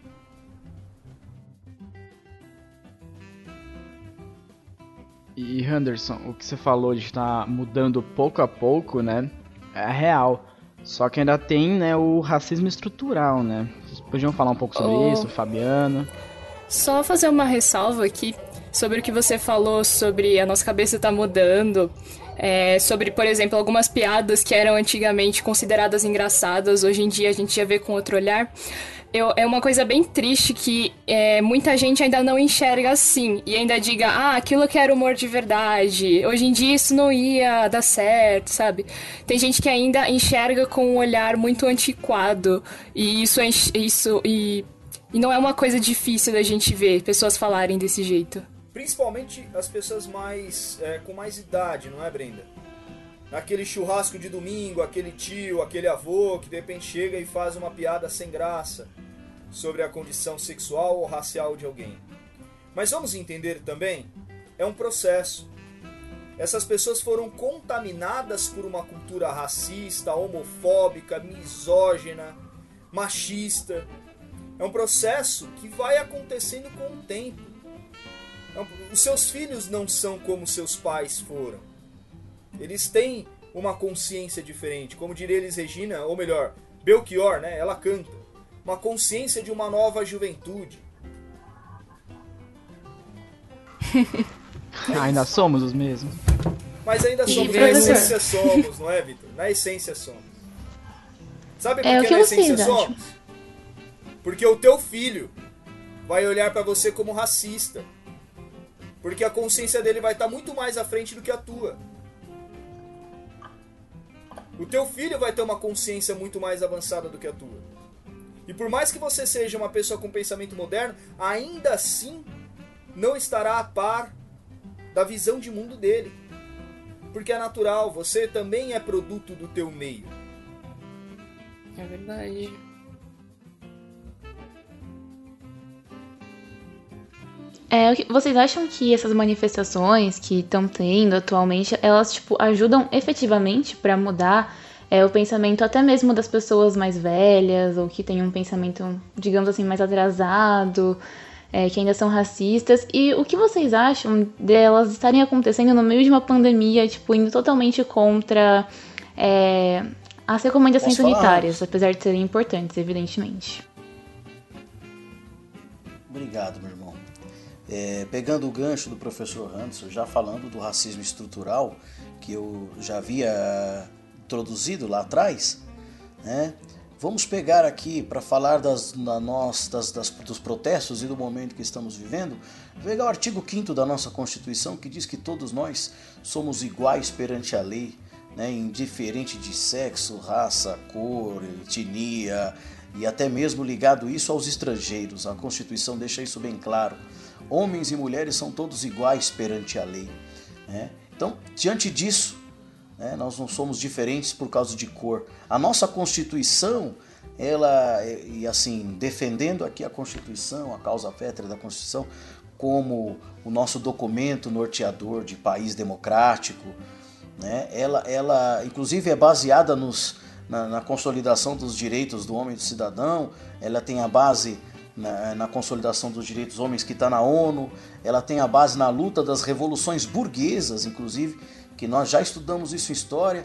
E Henderson, o que você falou de estar mudando pouco a pouco, né, é real. Só que ainda tem, né, o racismo estrutural, né? Vocês podiam falar um pouco sobre Oh. isso, Fabiano? Só fazer uma ressalva aqui sobre o que você falou sobre a nossa cabeça tá mudando. É, sobre, por exemplo, algumas piadas que eram antigamente consideradas engraçadas, hoje em dia a gente já vê com outro olhar. Eu, é uma coisa bem triste que é, muita gente ainda não enxerga assim e ainda diga, ah, aquilo que era humor de verdade, hoje em dia isso não ia dar certo, sabe? Tem gente que ainda enxerga com um olhar muito antiquado e isso, é, isso e, e não é uma coisa difícil da gente ver pessoas falarem desse jeito. Principalmente as pessoas mais é, com mais idade, não é, Brenda? Naquele churrasco de domingo, aquele tio, aquele avô que de repente chega e faz uma piada sem graça sobre a condição sexual ou racial de alguém. Mas vamos entender também, é um processo. Essas pessoas foram contaminadas por uma cultura racista, homofóbica, misógina, machista. É um processo que vai acontecendo com o tempo. Os seus filhos não são como seus pais foram. Eles têm uma consciência diferente, como diria Elis Regina, ou melhor, Belchior, né? Ela canta. Uma consciência de uma nova juventude. É ainda somos os mesmos. Mas ainda E somos, na professor? essência somos, não é, Vitor? Na essência somos. Sabe por É, o que que na vocês essência acham? somos? Porque o teu filho vai olhar pra você como racista. Porque a consciência dele vai estar muito mais à frente do que a tua. O teu filho vai ter uma consciência muito mais avançada do que a tua. E por mais que você seja uma pessoa com pensamento moderno, ainda assim não estará a par da visão de mundo dele. Porque é natural, você também é produto do teu meio. É verdade. É, o que- vocês acham que essas manifestações que estão tendo atualmente, elas tipo ajudam efetivamente para mudar é, o pensamento até mesmo das pessoas mais velhas ou que têm um pensamento, digamos assim, mais atrasado, é, que ainda são racistas? E o que vocês acham delas estarem acontecendo no meio de uma pandemia, tipo, indo totalmente contra é, as recomendações Posso falar? sanitárias, apesar de serem importantes, evidentemente? Obrigado, meu irmão. É, pegando o gancho do professor Anderson, já falando do racismo estrutural, que eu já havia introduzido lá atrás, né? Vamos pegar aqui para falar das, na nós, das, das, dos protestos e do momento que estamos vivendo, pegar o artigo quinto da nossa Constituição, que diz que todos nós somos iguais perante a lei, né? Indiferente de sexo, raça, cor, etnia e até mesmo ligado isso aos estrangeiros. A Constituição deixa isso bem claro. Homens e mulheres são todos iguais perante a lei, né? Então, diante disso, né, nós não somos diferentes por causa de cor. A nossa Constituição, ela, e assim, defendendo aqui a Constituição, a causa pétrea da Constituição, como o nosso documento norteador de país democrático, né, ela, ela, inclusive, é baseada nos, na, na consolidação dos direitos do homem e do cidadão, ela tem a base Na, na consolidação dos direitos dos homens que está na ONU, ela tem a base na luta das revoluções burguesas, inclusive, que nós já estudamos isso em história,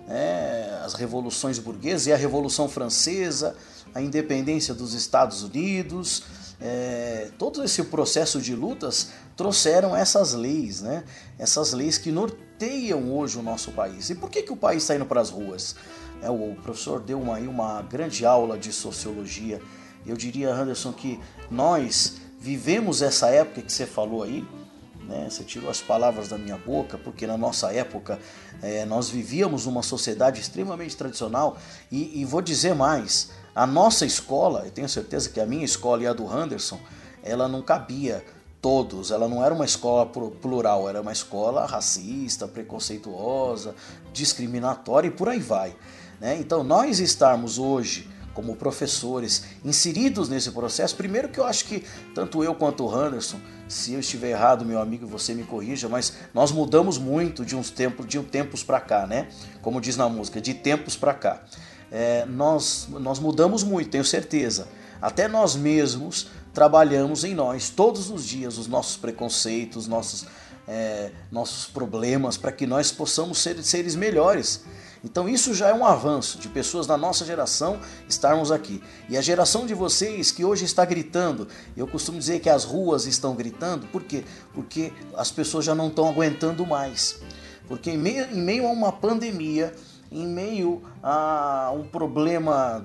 né? As revoluções burguesas e a Revolução Francesa, a independência dos Estados Unidos, é, todo esse processo de lutas trouxeram essas leis, né? Essas leis que norteiam hoje o nosso país. E por que, que o país está indo para as ruas? É, o professor deu uma, uma grande aula de sociologia. Eu diria, Anderson, que nós vivemos essa época que você falou aí, né? Você tirou as palavras da minha boca, porque na nossa época é, nós vivíamos uma sociedade extremamente tradicional e, e vou dizer mais, a nossa escola, eu tenho certeza que a minha escola e a do Anderson, ela não cabia todos, ela não era uma escola plural, era uma escola racista, preconceituosa, discriminatória e por aí vai, né? Então nós estarmos hoje como professores inseridos nesse processo, primeiro que eu acho que tanto eu quanto o Anderson, se eu estiver errado, meu amigo, você me corrija, mas nós mudamos muito de uns tempos, de um tempos para cá, né? Como diz na música, de tempos para cá. É, nós, nós mudamos muito, tenho certeza. Até nós mesmos trabalhamos em nós todos os dias os nossos preconceitos, nossos, é, nossos problemas, para que nós possamos ser seres melhores. Então isso já é um avanço de pessoas da nossa geração estarmos aqui. E a geração de vocês que hoje está gritando, eu costumo dizer que as ruas estão gritando, por quê? Porque as pessoas já não estão aguentando mais. Porque em meio, em meio a uma pandemia, em meio a um problema,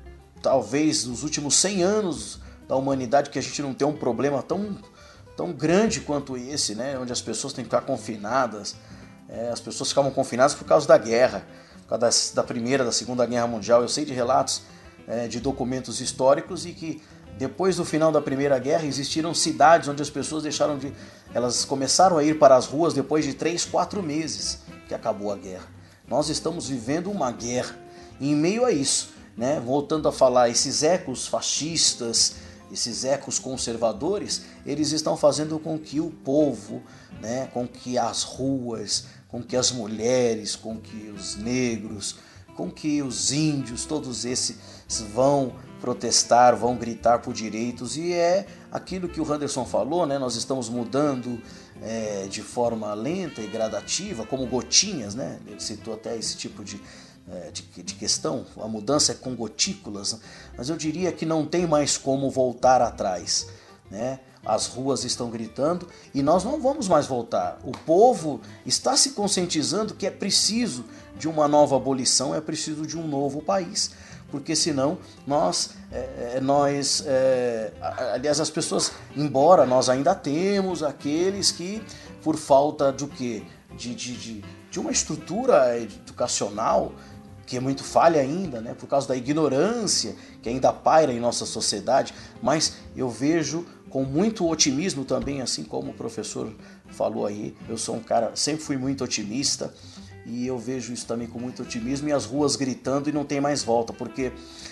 talvez nos últimos cem anos da humanidade, que a gente não tem um problema tão, tão grande quanto esse, né? Onde as pessoas têm que ficar confinadas, é, as pessoas ficavam confinadas por causa da guerra, por causa da Primeira, da Segunda Guerra Mundial. Eu sei de relatos é, de documentos históricos e que depois do final da Primeira Guerra existiram cidades onde as pessoas deixaram de... Elas começaram a ir para as ruas depois de três, quatro meses que acabou a guerra. Nós estamos vivendo uma guerra e em meio a isso, né, voltando a falar, esses ecos fascistas, esses ecos conservadores, eles estão fazendo com que o povo, né, com que as ruas, com que as mulheres, com que os negros, com que os índios, todos esses vão protestar, vão gritar por direitos. E é aquilo que o Anderson falou, né? Nós estamos mudando é, de forma lenta e gradativa, como gotinhas, né? Ele citou até esse tipo de, é, de, de questão, a mudança é com gotículas, né? Mas eu diria que não tem mais como voltar atrás, né? As ruas estão gritando e nós não vamos mais voltar. O povo está se conscientizando que é preciso de uma nova abolição, é preciso de um novo país, porque senão nós, é, nós é, aliás, as pessoas, embora nós ainda temos aqueles que, por falta do quê? De, de, de, de uma estrutura educacional que é muito falha ainda, né? Por causa da ignorância que ainda paira em nossa sociedade, mas eu vejo com muito otimismo também, assim como o professor falou aí, eu sou um cara, sempre fui muito otimista, e eu vejo isso também com muito otimismo, e as ruas gritando e não tem mais volta, porque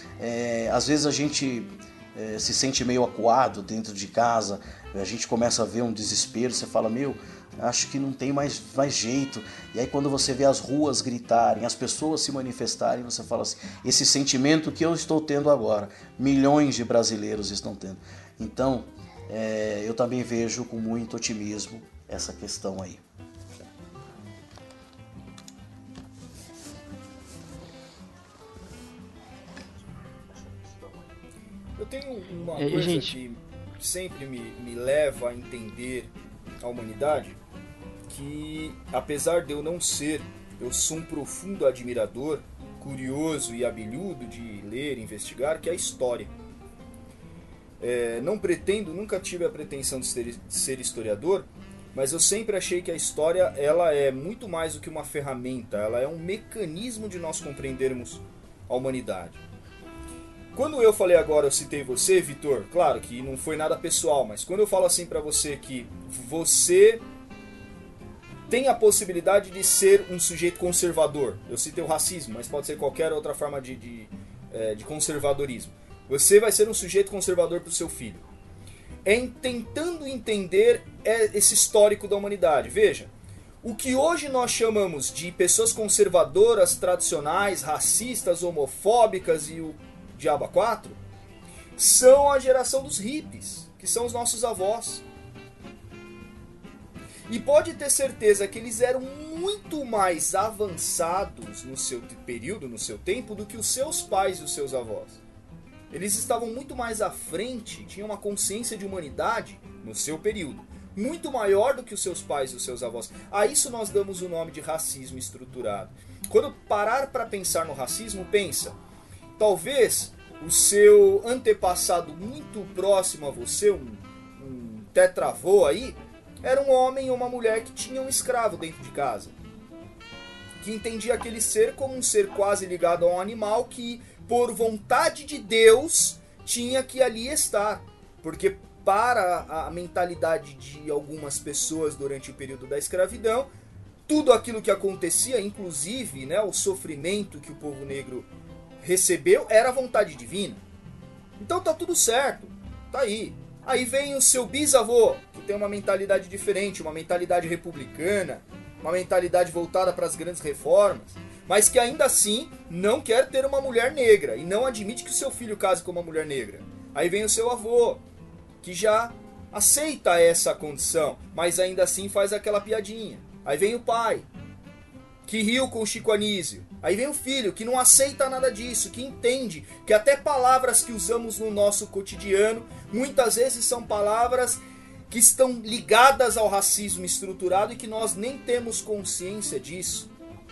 é, às vezes a gente é, se sente meio acuado dentro de casa, a gente começa a ver um desespero, você fala, meu, acho que não tem mais, mais jeito, e aí quando você vê as ruas gritarem, as pessoas se manifestarem, você fala assim, esse sentimento que eu estou tendo agora, milhões de brasileiros estão tendo. Então, é, eu também vejo com muito otimismo essa questão aí. Eu tenho uma E, coisa gente, que... que sempre me, me leva a entender a humanidade, que apesar de eu não ser, eu sou um profundo admirador, curioso e abelhudo de ler e investigar, que é a história. É, não pretendo, nunca tive a pretensão de ser, de ser historiador, mas eu sempre achei que a história ela é muito mais do que uma ferramenta, ela é um mecanismo de nós compreendermos a humanidade. Quando eu falei agora, eu citei você, Vitor, claro que não foi nada pessoal, mas quando eu falo assim pra você que você tem a possibilidade de ser um sujeito conservador, eu citei o racismo, mas pode ser qualquer outra forma de, de, de conservadorismo, você vai ser um sujeito conservador pro seu filho. É em tentando entender esse histórico da humanidade. Veja, o que hoje nós chamamos de pessoas conservadoras, tradicionais, racistas, homofóbicas e o diabo a quatro, são a geração dos hippies, que são os nossos avós. E pode ter certeza que eles eram muito mais avançados no seu período, no seu tempo, do que os seus pais e os seus avós. Eles estavam muito mais à frente, tinham uma consciência de humanidade no seu período, muito maior do que os seus pais e os seus avós. A isso nós damos o nome de racismo estruturado. Quando parar para pensar no racismo, pensa, talvez o seu antepassado muito próximo a você, um, um tetravô aí, era um homem ou uma mulher que tinha um escravo dentro de casa, que entendia aquele ser como um ser quase ligado a um animal que, por vontade de Deus, tinha que ali estar. Porque para a mentalidade de algumas pessoas durante o período da escravidão, tudo aquilo que acontecia, inclusive, né, o sofrimento que o povo negro recebeu, era a vontade divina. Então tá tudo certo, tá aí. Aí vem o seu bisavô, que tem uma mentalidade diferente, uma mentalidade republicana, uma mentalidade voltada para as grandes reformas, mas que ainda assim não quer ter uma mulher negra e não admite que o seu filho case com uma mulher negra. Aí vem o seu avô, que já aceita essa condição, mas ainda assim faz aquela piadinha. Aí vem o pai, que riu com o Chico Anísio. Aí vem o filho, que não aceita nada disso, que entende que até palavras que usamos no nosso cotidiano, muitas vezes são palavras que estão ligadas ao racismo estruturado e que nós nem temos consciência disso.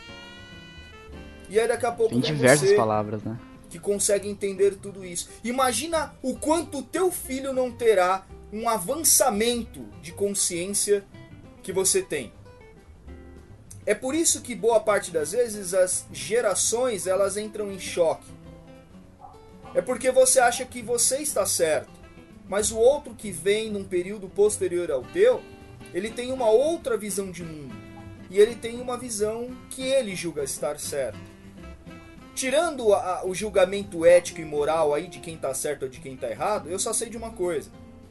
E aí daqui a pouco tem vem diversas você, palavras, né? que consegue entender tudo isso. Imagina o quanto o teu filho não terá um avançamento de consciência que você tem. É por isso que boa parte das vezes as gerações elas entram em choque. É porque você acha que você está certo, mas o outro que vem num período posterior ao teu, ele tem uma outra visão de mundo. E ele tem uma visão que ele julga estar certo. Tirando a, o julgamento ético e moral aí de quem está certo ou de quem está errado, eu só sei de uma coisa.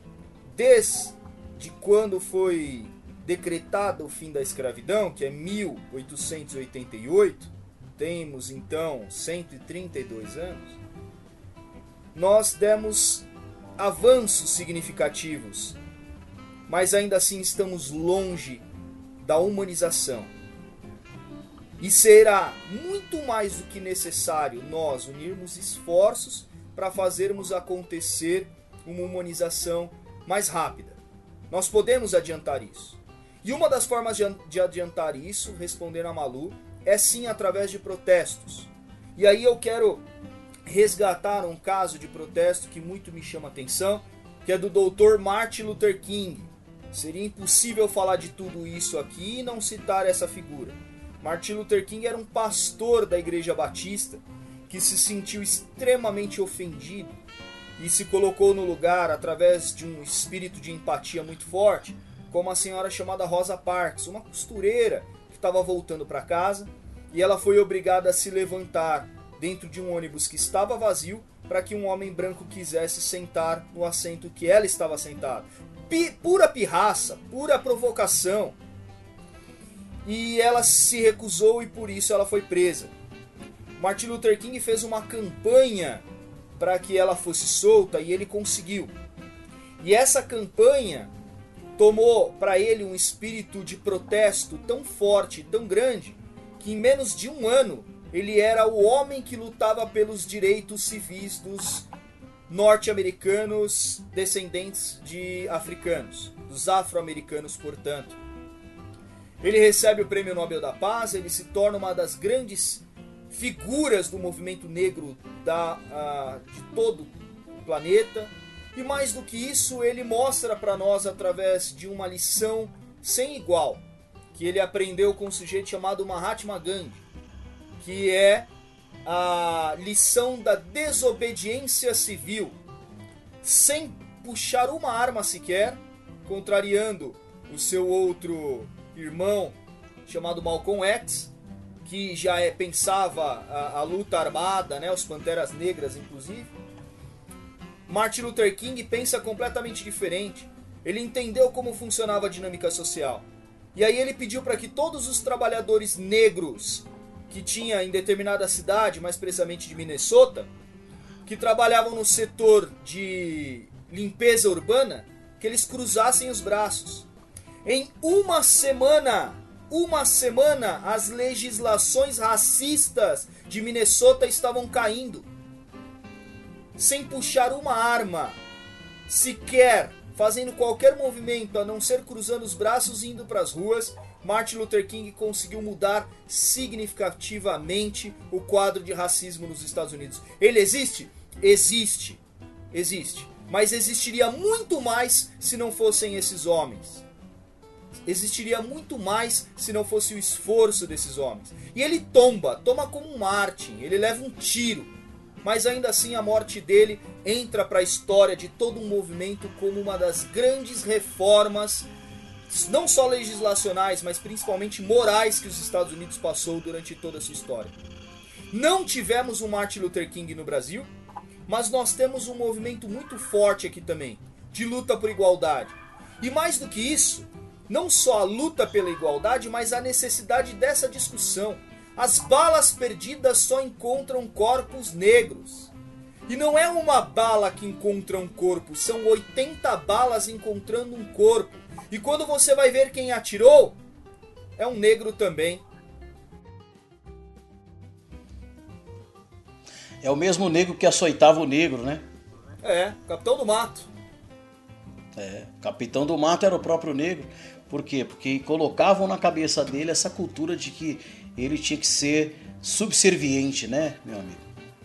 Desde quando foi decretado o fim da escravidão, que é mil oitocentos e oitenta e oito, temos então cento e trinta e dois anos, nós demos avanços significativos, mas ainda assim estamos longe da humanização. E será muito mais do que necessário nós unirmos esforços para fazermos acontecer uma humanização mais rápida. Nós podemos adiantar isso. E uma das formas de adiantar isso, respondendo a Malu, é sim através de protestos. E aí eu quero resgatar um caso de protesto que muito me chama a atenção, que é do doutor Martin Luther King. Seria impossível falar de tudo isso aqui e não citar essa figura. Martin Luther King era um pastor da Igreja Batista que se sentiu extremamente ofendido e se colocou no lugar através de um espírito de empatia muito forte, como a senhora chamada Rosa Parks, uma costureira que estava voltando para casa e ela foi obrigada a se levantar dentro de um ônibus que estava vazio para que um homem branco quisesse sentar no assento que ela estava sentada. Pi, pura pirraça, pura provocação. E ela se recusou e por isso ela foi presa. Martin Luther King fez uma campanha para que ela fosse solta e ele conseguiu. E essa campanha tomou para ele um espírito de protesto tão forte, tão grande, que em menos de um ano ele era o homem que lutava pelos direitos civis dos norte-americanos descendentes de africanos, dos afro-americanos, portanto. Ele recebe o Prêmio Nobel da Paz, ele se torna uma das grandes figuras do movimento negro da, uh, de todo o planeta. E mais do que isso, ele mostra para nós, através de uma lição sem igual, que ele aprendeu com um sujeito chamado Mahatma Gandhi, que é a lição da desobediência civil, sem puxar uma arma sequer, contrariando o seu outro irmão chamado Malcolm X, que já é, pensava a, a luta armada, né, os Panteras Negras inclusive. Martin Luther King pensa completamente diferente. Ele entendeu como funcionava a dinâmica social. E aí ele pediu para que todos os trabalhadores negros que tinha em determinada cidade, mais precisamente de Minnesota, que trabalhavam no setor de limpeza urbana, que eles cruzassem os braços. Em uma semana, uma semana, as legislações racistas de Minnesota estavam caindo. Sem puxar uma arma, sequer fazendo qualquer movimento a não ser cruzando os braços e indo para as ruas, Martin Luther King conseguiu mudar significativamente o quadro de racismo nos Estados Unidos. Ele existe? Existe. Existe. Mas existiria muito mais se não fossem esses homens. Existiria muito mais se não fosse o esforço desses homens. E ele tomba, toma como um Martin, ele leva um tiro. Mas ainda assim a morte dele entra para a história de todo um movimento como uma das grandes reformas, não só legislacionais, mas principalmente morais, que os Estados Unidos passou durante toda a sua história. Não tivemos um Martin Luther King no Brasil, mas nós temos um movimento muito forte aqui também, de luta por igualdade. E mais do que isso, não só a luta pela igualdade, mas a necessidade dessa discussão. As balas perdidas só encontram corpos negros. E não é uma bala que encontra um corpo, são oitenta balas encontrando um corpo. E quando você vai ver quem atirou, é um negro também. É o mesmo negro que açoitava o negro, né? É, Capitão do Mato. É, Capitão do Mato era o próprio negro. Por quê? Porque colocavam na cabeça dele essa cultura de que ele tinha que ser subserviente, né, meu amigo?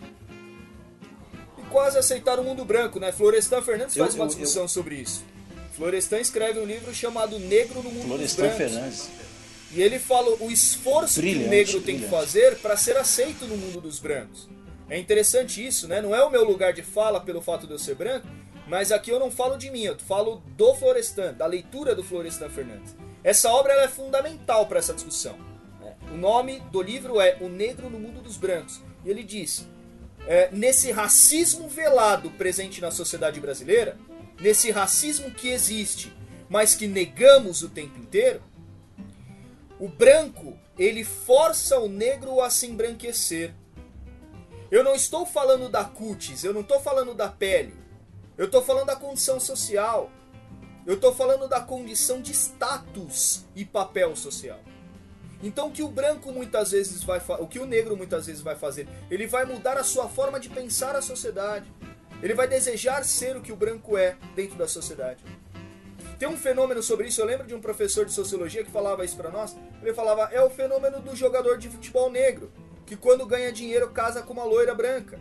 E quase aceitaram o mundo branco, né? Florestan Fernandes faz eu, uma eu, discussão eu... sobre isso. Florestan escreve um livro chamado Negro no Mundo Florestan dos Brancos. Fernandes. E ele fala o esforço Brilhante, que o negro tem brilhante. que fazer para ser aceito no mundo dos brancos. É interessante isso, né? Não é o meu lugar de fala pelo fato de eu ser branco, mas aqui eu não falo de mim, eu falo do Florestan, da leitura do Florestan Fernandes. Essa obra ela é fundamental para essa discussão. O nome do livro é O Negro no Mundo dos Brancos. E ele diz, é, nesse racismo velado presente na sociedade brasileira, nesse racismo que existe, mas que negamos o tempo inteiro, o branco, ele força o negro a se embranquecer. Eu não estou falando da cutis, eu não estou falando da pele, eu estou falando da condição social, eu estou falando da condição de status e papel social. Então o que o branco muitas vezes vai fa- o que o negro muitas vezes vai fazer, ele vai mudar a sua forma de pensar a sociedade. Ele vai desejar ser o que o branco é dentro da sociedade. Tem um fenômeno sobre isso, eu lembro de um professor de sociologia que falava isso pra nós. Ele falava, é o fenômeno do jogador de futebol negro, que quando ganha dinheiro casa com uma loira branca.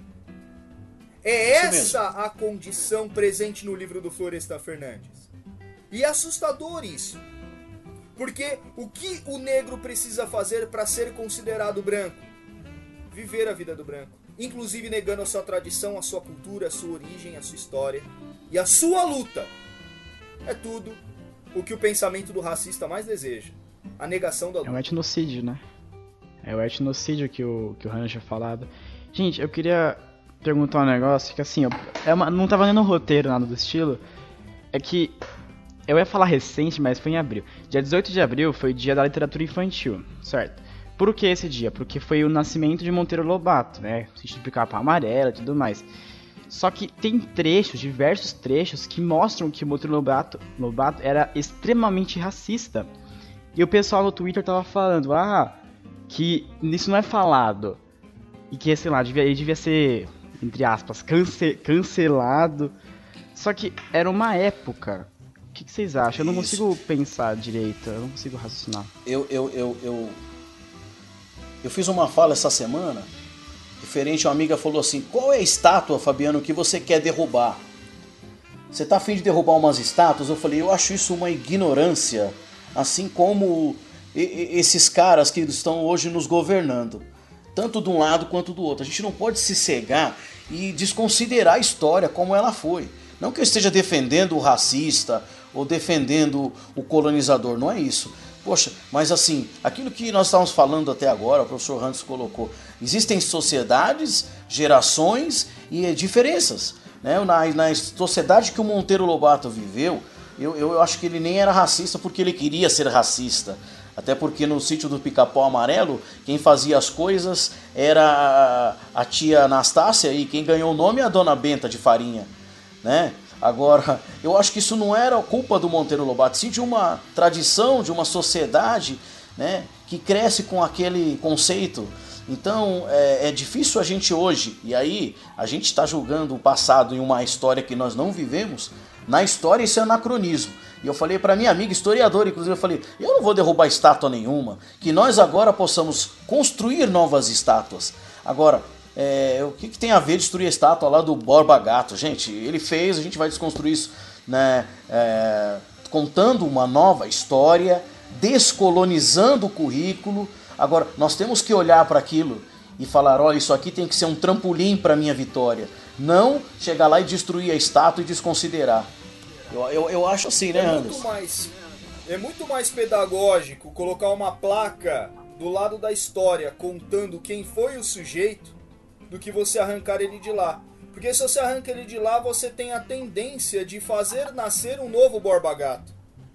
É Isso essa mesmo. a condição presente no livro do Florestan Fernandes. E é assustador isso. Porque o que o negro precisa fazer para ser considerado branco? Viver a vida do branco. Inclusive negando a sua tradição, a sua cultura, a sua origem, a sua história. E a sua luta. É tudo o que o pensamento do racista mais deseja. A negação da luta. É um etnocídio, né? É o etnocídio que o, que o Hannah tinha falado. Gente, eu queria perguntar um negócio que assim, eu, é uma, não tava nem no roteiro nada do estilo. É que eu ia falar recente, mas foi em abril. Dia dezoito de abril foi o dia da literatura infantil, certo? Por que esse dia? Porque foi o nascimento de Monteiro Lobato, né? Se explicar para amarela e tudo mais. Só que tem trechos, diversos trechos, que mostram que o Monteiro Lobato, Lobato era extremamente racista. E o pessoal no Twitter tava falando, ah, que isso não é falado. E que, sei lá, devia, ele devia ser entre aspas, cance cancelado. Só que era uma época. O que, que vocês acham? Eu não Isso. consigo pensar direito, eu não consigo raciocinar. Eu, eu, eu, eu, eu fiz uma fala essa semana, diferente, uma amiga falou assim, qual é a estátua, Fabiano, que você quer derrubar? Você tá afim de derrubar umas estátuas? Eu falei, eu acho isso uma ignorância, assim como esses caras que estão hoje nos governando, tanto de um lado quanto do outro. A gente não pode se cegar e desconsiderar a história como ela foi. Não que eu esteja defendendo o racista ou defendendo o colonizador, não é isso. Poxa, mas assim, aquilo que nós estávamos falando até agora, o professor Hans colocou, existem sociedades, gerações e diferenças. Né? Na, na sociedade que o Monteiro Lobato viveu, eu, eu acho que ele nem era racista porque ele queria ser racista. Até porque no sítio do Pica-Pau Amarelo, quem fazia as coisas era a tia Anastácia e quem ganhou o nome é a dona Benta de Farinha. Né? Agora, eu acho que isso não era culpa do Monteiro Lobato, sim de uma tradição, de uma sociedade, né, que cresce com aquele conceito. Então é, é difícil a gente hoje, e aí a gente está julgando o passado em uma história que nós não vivemos. Na história isso é anacronismo. E eu falei para minha amiga historiadora, inclusive, eu falei, eu não vou derrubar estátua nenhuma, que nós agora possamos construir novas estátuas. Agora, É, o que, que tem a ver destruir a estátua lá do Borba Gato? Gente, ele fez, a gente vai desconstruir isso, né, é, contando uma nova história, descolonizando o currículo. Agora, nós temos que olhar para aquilo e falar, olha, isso aqui tem que ser um trampolim para a minha vitória. Não chegar lá e destruir a estátua e desconsiderar. Eu, eu, eu acho assim, né, é Anderson? muito mais, é muito mais pedagógico colocar uma placa do lado da história contando quem foi o sujeito do que você arrancar ele de lá. Porque se você arranca ele de lá, você tem a tendência de fazer nascer um novo Borba Gato.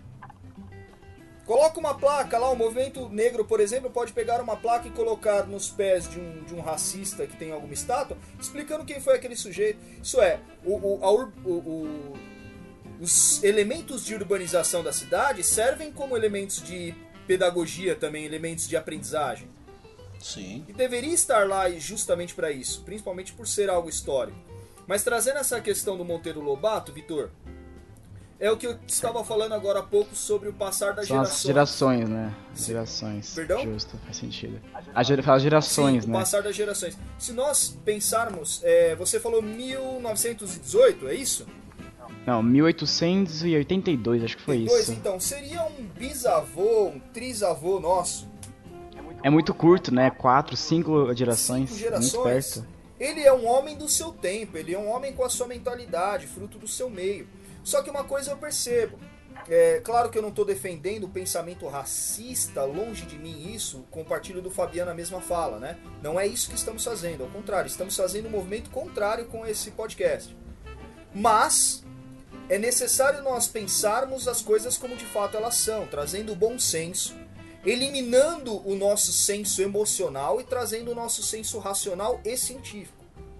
Coloca uma placa lá, o movimento negro, por exemplo, pode pegar uma placa e colocar nos pés de um, de um racista que tem alguma estátua, explicando quem foi aquele sujeito. Isso é, o, o, a, o, o, os elementos de urbanização da cidade servem como elementos de pedagogia também, elementos de aprendizagem. Sim. E deveria estar lá justamente para isso, principalmente por ser algo histórico. Mas trazendo essa questão do Monteiro Lobato, Vitor, é o que eu estava falando agora há pouco sobre o passar das São gerações. as gerações, né? As gerações. Perdão? Justo, faz sentido. As, gera, as gerações, Sim, né? o passar das gerações. Se nós pensarmos, é, você falou mil novecentos e dezoito, é isso? Não, mil oitocentos e oitenta e dois, acho que foi Depois, isso. então, seria um bisavô, um trisavô nosso. É muito curto, né? Quatro, cinco gerações. Cinco gerações. Muito perto. Ele é um homem do seu tempo, ele é um homem com a sua mentalidade, fruto do seu meio. Só que uma coisa eu percebo, é claro que eu não estou defendendo o pensamento racista, longe de mim isso, compartilho do Fabiano a mesma fala, né? Não é isso que estamos fazendo, ao contrário, estamos fazendo um movimento contrário com esse podcast. Mas é necessário nós pensarmos as coisas como de fato elas são, trazendo o bom senso, eliminando o nosso senso emocional e trazendo o nosso senso racional e científico.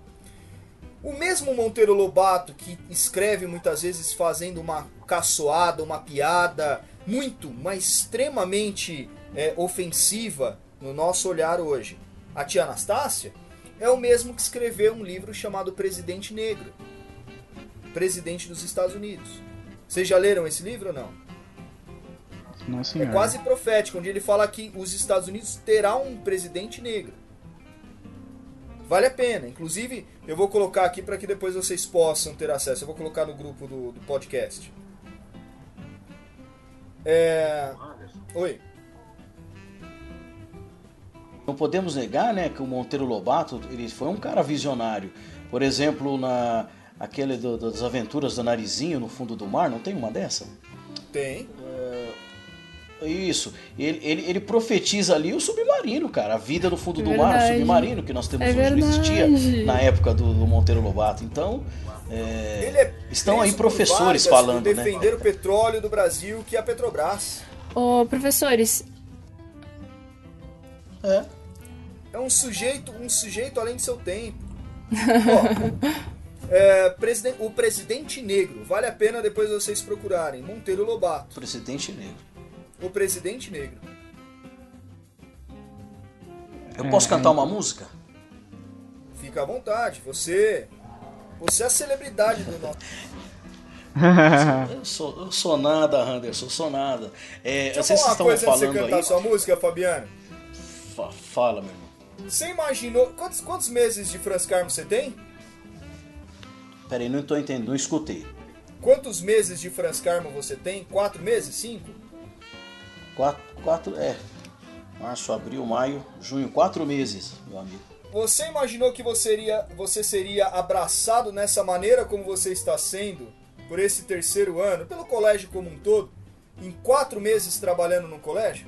O mesmo Monteiro Lobato, que escreve muitas vezes fazendo uma caçoada, uma piada muito, mas extremamente é, ofensiva no nosso olhar hoje, a tia Anastácia, é o mesmo que escreveu um livro chamado Presidente Negro, Presidente dos Estados Unidos. Vocês já leram esse livro ou não? Não, senhor. É quase profético, onde ele fala que os Estados Unidos terá um presidente negro. Vale a pena. Inclusive, eu vou colocar aqui para que depois vocês possam ter acesso. Eu vou colocar no grupo do, do podcast. É... Oi. Não podemos negar, né, que o Monteiro Lobato ele foi um cara visionário. Por exemplo, na aquele do, das aventuras do Narizinho no fundo do mar, não tem uma dessa? Tem. Isso, ele, ele, ele profetiza ali o submarino, cara, a vida no fundo É do verdade. mar, o submarino que nós temos É hoje não existia verdade. na época do, do Monteiro Lobato. Então, é, Ele é estão aí preso por professores Vargas falando, por né? defender o petróleo do Brasil, que é a Petrobras. Ô, professores, É. É um sujeito, um sujeito além de seu tempo. Ó, é, presiden- o Presidente Negro, vale a pena depois vocês procurarem. Monteiro Lobato, Presidente Negro. o Presidente Negro. Eu posso É, cantar é. uma música? Fique fica à vontade. Você, você é a celebridade do nosso... Eu sou, eu sou nada, Anderson, eu sou nada. É, Deixa eu vocês falar uma estavam coisa antes de você falando cantar aí. sua música, Fabiano. Fa- Fala, meu irmão. Você imaginou... Quantos, quantos meses de Franz Carmo você tem? Peraí, não tô entendendo, não escutei. Quantos meses de Franz Carmo você tem? Quatro meses? Cinco? Quatro, quatro, é. Março, abril, maio, junho, quatro meses, meu amigo. Você imaginou que você seria, você seria abraçado nessa maneira como você está sendo por esse terceiro ano, pelo colégio como um todo, em quatro meses trabalhando no colégio?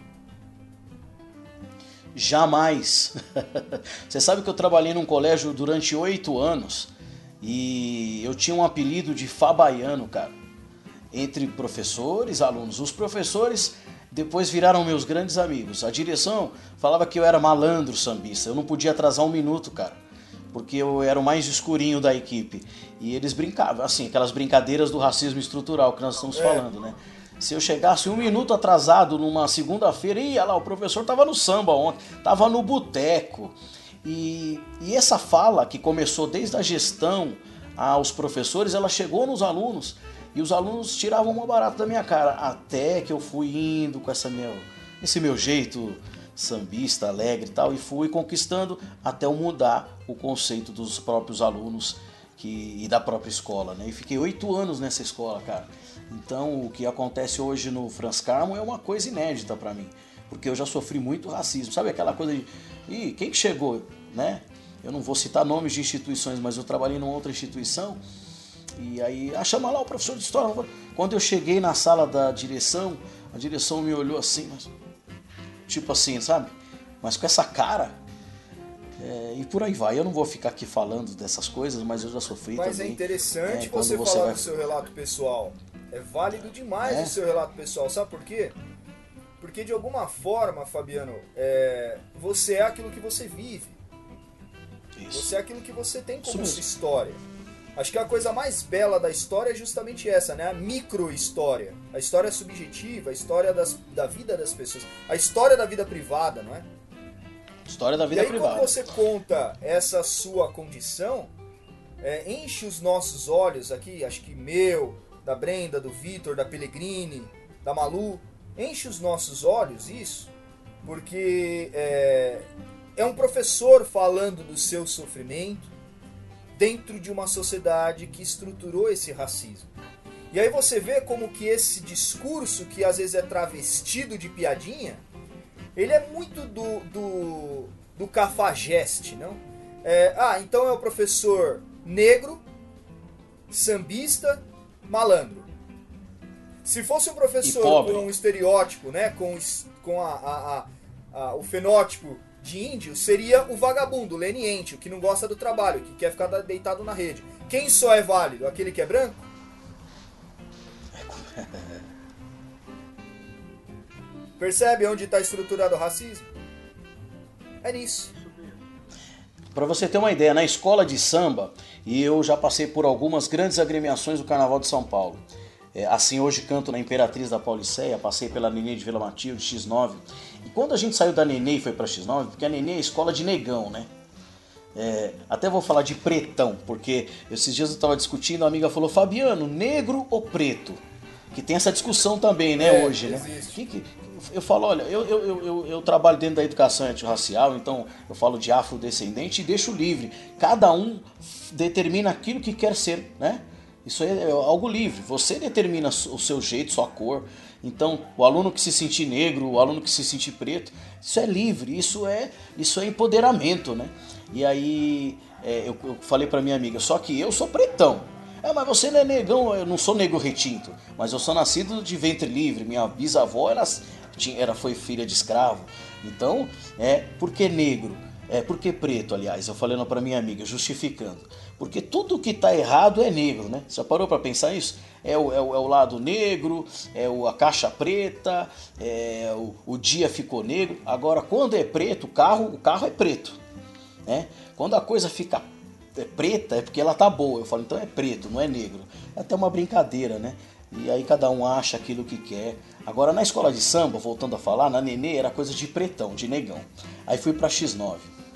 Jamais. Você sabe que eu trabalhei num colégio durante oito anos e eu tinha um apelido de Fabaiano, cara, entre professores, alunos. Os professores depois viraram meus grandes amigos. A direção falava que eu era malandro sambista, eu não podia atrasar um minuto, cara, porque eu era o mais escurinho da equipe. E eles brincavam, assim, aquelas brincadeiras do racismo estrutural que nós estamos falando, né? Se eu chegasse um minuto atrasado numa segunda-feira, ia lá, o professor tava no samba ontem, tava no boteco. E, e essa fala que começou desde a gestão aos professores, ela chegou nos alunos e os alunos tiravam uma barata da minha cara. Até que eu fui indo com essa meu, esse meu jeito sambista, alegre e tal, e fui conquistando até eu mudar o conceito dos próprios alunos que, e da própria escola, né? E fiquei oito anos nessa escola, cara. Então, o que acontece hoje no Franz Carmo é uma coisa inédita pra mim, porque eu já sofri muito racismo. Sabe aquela coisa de, ih, quem que chegou, né? Eu não vou citar nomes de instituições, mas eu trabalhei numa outra instituição, e aí, ah, chama lá o professor de história. Quando eu cheguei na sala da direção, a direção me olhou assim, mas, tipo assim, sabe? Mas com essa cara, é, e por aí vai. Eu não vou ficar aqui falando dessas coisas, mas eu já sofri Mas também. é interessante é, você, você falar vai... do seu relato pessoal. É válido demais É. o seu relato pessoal. Sabe por quê? Porque de alguma forma, Fabiano, é, você é aquilo que você vive. Isso. Você é aquilo que você tem Isso como mesmo. sua história. Acho que a coisa mais bela da história é justamente essa, né? A micro-história. A história subjetiva, a história das, da vida das pessoas. A história da vida privada, não é? História da E vida aí, privada. quando você conta essa sua condição, é, enche os nossos olhos aqui, acho que meu, da Brenda, do Vitor, da Pellegrini, da Malu, enche os nossos olhos isso, porque é, é um professor falando do seu sofrimento dentro de uma sociedade que estruturou esse racismo. E aí você vê como que esse discurso, que às vezes é travestido de piadinha, ele é muito do, do, do cafajeste, não? É, ah, então é o professor negro, sambista, malandro. Se fosse um professor com um estereótipo, né, com, com a, a, a, a, o fenótipo de índio, seria o vagabundo, o leniente, o que não gosta do trabalho, que quer ficar deitado na rede. Quem só é válido? Aquele que é branco? Percebe onde está estruturado o racismo? É nisso. Para você ter uma ideia, na escola de samba, e eu já passei por algumas grandes agremiações do Carnaval de São Paulo. É, assim, hoje canto na Imperatriz da Pauliceia, passei pela Nenê de Vila Matilde, X nove. E quando a gente saiu da Nenê e foi para X nove, porque a Nenê é escola de negão, né? É, até vou falar de pretão, porque esses dias eu estava discutindo, a amiga falou, Fabiano, negro ou preto? Que tem essa discussão também, né, É, hoje, né? existe. Que, que, eu falo, olha, eu, eu, eu, eu, eu trabalho dentro da educação antirracial, então eu falo de afrodescendente e deixo livre. Cada um determina aquilo que quer ser, né? Isso é algo livre. Você determina o seu jeito, sua cor. Então, o aluno que se sentir negro, o aluno que se sentir preto, isso é livre, isso é, isso é empoderamento, né? E aí, é, eu, eu falei pra minha amiga, só que eu sou pretão. Ah, mas você não é negão, eu não sou negro retinto, mas eu sou nascido de ventre livre. Minha bisavó era, tinha, era, foi filha de escravo. Então, é, por que negro? É, por que preto, aliás? Eu falei para minha amiga, justificando. Porque tudo que está errado é negro, né? Você já parou para pensar isso? É o, é, o, é o lado negro, é o, a caixa preta, é o, o dia ficou negro. Agora, quando é preto, o carro, o carro é preto, né? Quando a coisa fica é preta, é porque ela tá boa. Eu falo, então é preto, não é negro. É até uma brincadeira, né? E aí cada um acha aquilo que quer. Agora, na escola de samba, voltando a falar, na Nenê era coisa de pretão, de negão. Aí fui para X nove.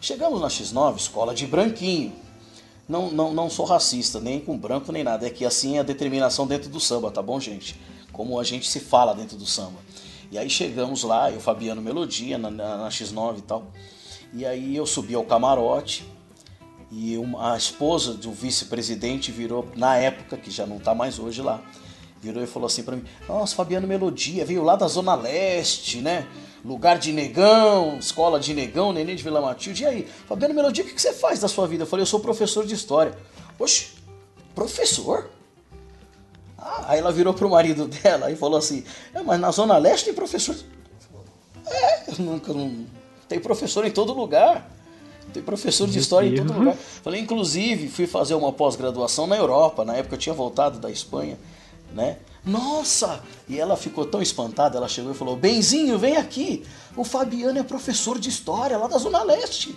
Chegamos na X nove, escola de branquinho. Não, não, não sou racista, nem com branco, nem nada. É que assim é a determinação dentro do samba, tá bom, gente? Como a gente se fala dentro do samba. E aí chegamos lá, eu, Fabiano Melodia, na, na, na X nove e tal. E aí eu subi ao camarote e uma, a esposa do vice-presidente virou, na época, que já não tá mais hoje lá, virou e falou assim pra mim: nossa, Fabiano Melodia, veio lá da Zona Leste, né? Lugar de negão, escola de negão, neném de Vila Matilde. E aí, Fabiano Melodia, o que você faz da sua vida? Eu falei: eu sou professor de história. Oxe, professor? Ah, aí ela virou pro marido dela e falou assim: é, mas na Zona Leste tem professor? É, eu nunca, não... tem professor em todo lugar. Tem professor de história em todo lugar. Falei, inclusive, fui fazer uma pós-graduação na Europa. Na época eu tinha voltado da Espanha, né? Nossa! E ela ficou tão espantada, ela chegou e falou: Benzinho, vem aqui. O Fabiano é professor de história lá da Zona Leste.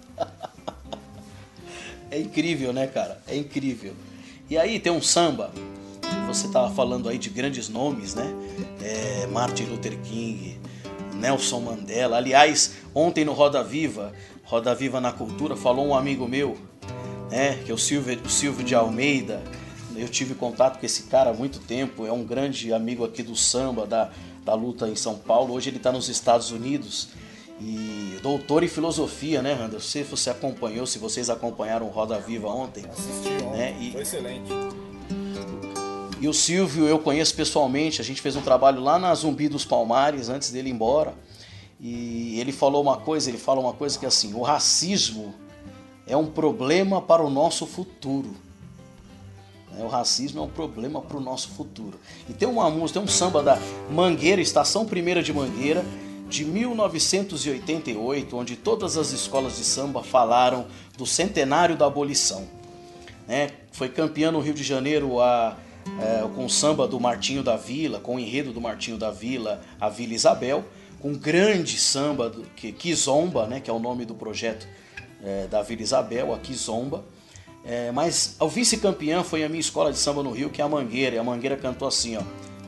É incrível, né, cara? É incrível. E aí tem um samba. Você tava falando aí de grandes nomes, né? É, Martin Luther King, Nelson Mandela. Aliás, ontem no Roda Viva, Roda Viva na Cultura, falou um amigo meu, né, que é o Silvio, o Silvio de Almeida. Eu tive contato com esse cara há muito tempo, é um grande amigo aqui do samba, da, da luta em São Paulo. Hoje ele está nos Estados Unidos e doutor em filosofia, né, Randa? Se você acompanhou, se vocês acompanharam o Roda Viva ontem. Assisti ontem, né? E... foi excelente. E o Silvio eu conheço pessoalmente, a gente fez um trabalho lá na Zumbi dos Palmares antes dele ir embora. E ele falou uma coisa, ele fala uma coisa que é assim: o racismo é um problema para o nosso futuro. O racismo é um problema para o nosso futuro. E tem uma música, tem um samba da Mangueira, Estação Primeira de Mangueira, de mil novecentos e oitenta e oito, onde todas as escolas de samba falaram do centenário da abolição. Né? Foi campeã no Rio de Janeiro a, é, com o samba do Martinho da Vila, com o enredo do Martinho da Vila, a Vila Isabel, com um grande samba, do, que, Kizomba, né, que é o nome do projeto é, da Vila Isabel, a Kizomba. É, mas o vice-campeão foi a minha escola de samba no Rio, que é a Mangueira. E a Mangueira cantou assim, ó: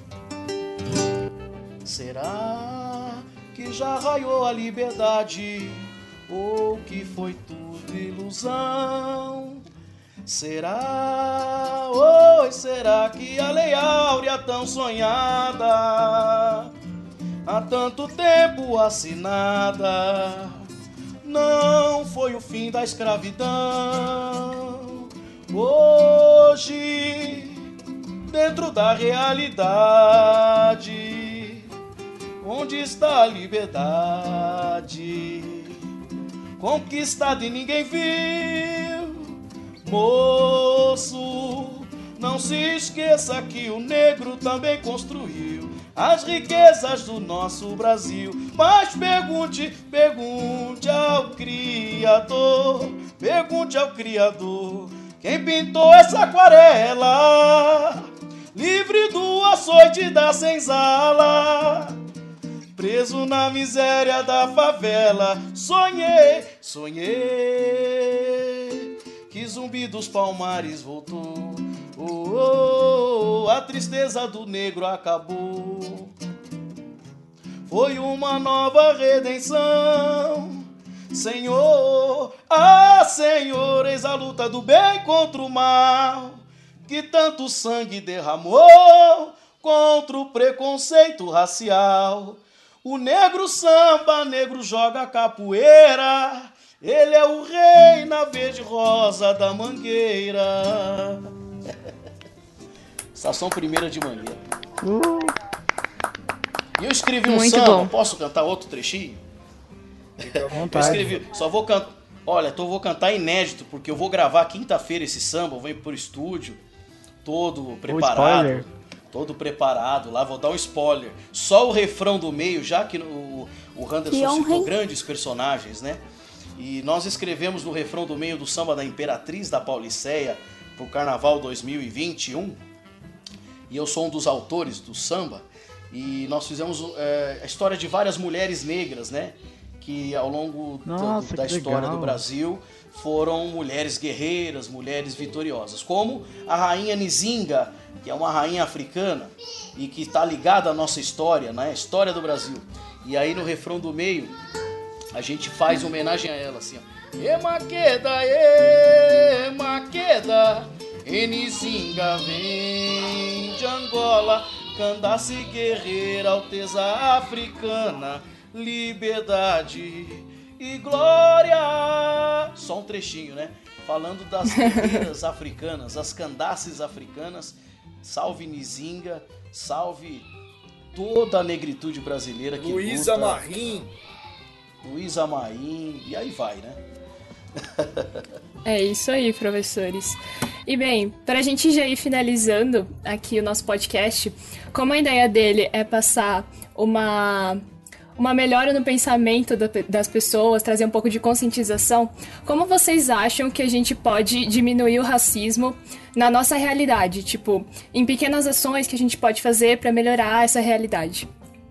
será que já raiou a liberdade, ou que foi tudo ilusão? Será, oi, será que a Lei Áurea tão sonhada, há tanto tempo assinada, não foi o fim da escravidão? Hoje, dentro da realidade, onde está a liberdade? Conquistada e ninguém viu. Moço, não se esqueça que o negro também construiu as riquezas do nosso Brasil. Mas pergunte, pergunte ao Criador, pergunte ao Criador, quem pintou essa aquarela, livre do açoite da senzala, preso na miséria da favela. Sonhei, sonhei que Zumbi dos Palmares voltou. Oh, oh, oh, a tristeza do negro acabou. Foi uma nova redenção. Senhor, ah Senhor, eis a luta do bem contra o mal, que tanto sangue derramou contra o preconceito racial. O negro samba, negro joga capoeira, ele é o rei na verde rosa da Mangueira. Estação Primeira de Mangueira. Uh. E eu escrevi um Muito samba, bom. posso cantar outro trechinho? Fica à Eu vontade. escrevi, só vou cantar. Olha, tô, vou cantar inédito, porque eu vou gravar quinta-feira esse samba, eu vou ir pro estúdio, todo preparado. spoiler. Todo preparado, lá vou dar um spoiler. Só o refrão do meio, já que o, o Que Anderson honra, citou hein? grandes personagens, né? E nós escrevemos no refrão do meio do samba da Imperatriz da Pauliceia pro Carnaval dois mil e vinte e um. E eu sou um dos autores do samba. E nós fizemos é, a história de várias mulheres negras, né? Que ao longo do- Nossa, da que história legal. do Brasil foram mulheres guerreiras, mulheres vitoriosas, como a rainha Nzinga, que é uma rainha africana e que está ligada à nossa história, né? História do Brasil. E aí no refrão do meio a gente faz homenagem a ela, assim, ó. E Maqueda, e Maqueda, Enizinga vem de Angola, Candace guerreira, alteza africana, liberdade e glória. Só um trechinho, né? Falando das guerreiras africanas, as candaces africanas. Salve Nizinga, salve toda a negritude brasileira que Luísa luta. Marim. Luísa Marim, e aí vai, né? É isso aí, professores. E bem, para a gente já ir finalizando aqui o nosso podcast, como a ideia dele é passar uma, uma melhora no pensamento da, das pessoas, trazer um pouco de conscientização, como vocês acham que a gente pode diminuir o racismo na nossa realidade? Tipo, em pequenas ações que a gente pode fazer para melhorar essa realidade.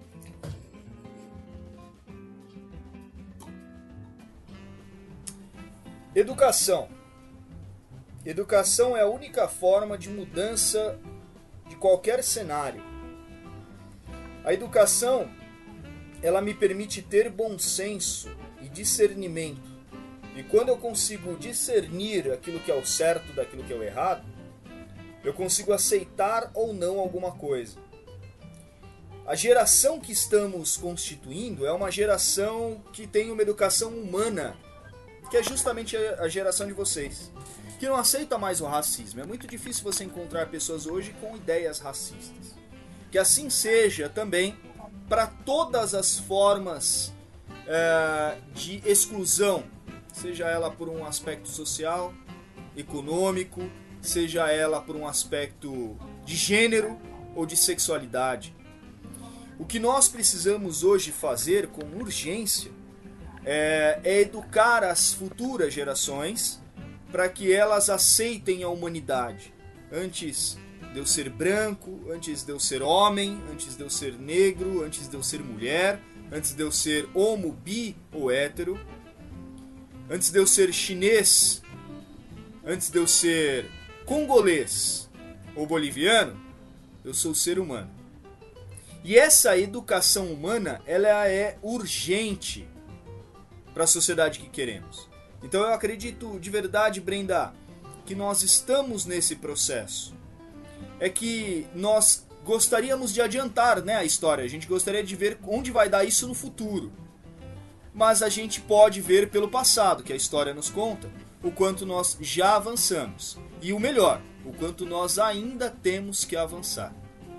Educação. Educação é a única forma de mudança de qualquer cenário. A educação, ela me permite ter bom senso e discernimento. E quando eu consigo discernir aquilo que é o certo daquilo que é o errado, eu consigo aceitar ou não alguma coisa. A geração que estamos constituindo é uma geração que tem uma educação humana, que é justamente a geração de vocês, que não aceita mais o racismo. É muito difícil você encontrar pessoas hoje com ideias racistas. Que assim seja também para todas as formas é, de exclusão, seja ela por um aspecto social, econômico, seja ela por um aspecto de gênero ou de sexualidade. O que nós precisamos hoje fazer com urgência É, é educar as futuras gerações para que elas aceitem a humanidade. Antes de eu ser branco, antes de eu ser homem, antes de eu ser negro, antes de eu ser mulher, antes de eu ser homo, bi ou hétero, antes de eu ser chinês, antes de eu ser congolês ou boliviano, eu sou ser humano. E essa educação humana, ela é urgente para a sociedade que queremos. Então eu acredito de verdade, Brenda, que nós estamos nesse processo. É que nós gostaríamos de adiantar, né, a história, a gente gostaria de ver onde vai dar isso no futuro. Mas a gente pode ver pelo passado, que a história nos conta, o quanto nós já avançamos. E o melhor, o quanto nós ainda temos que avançar.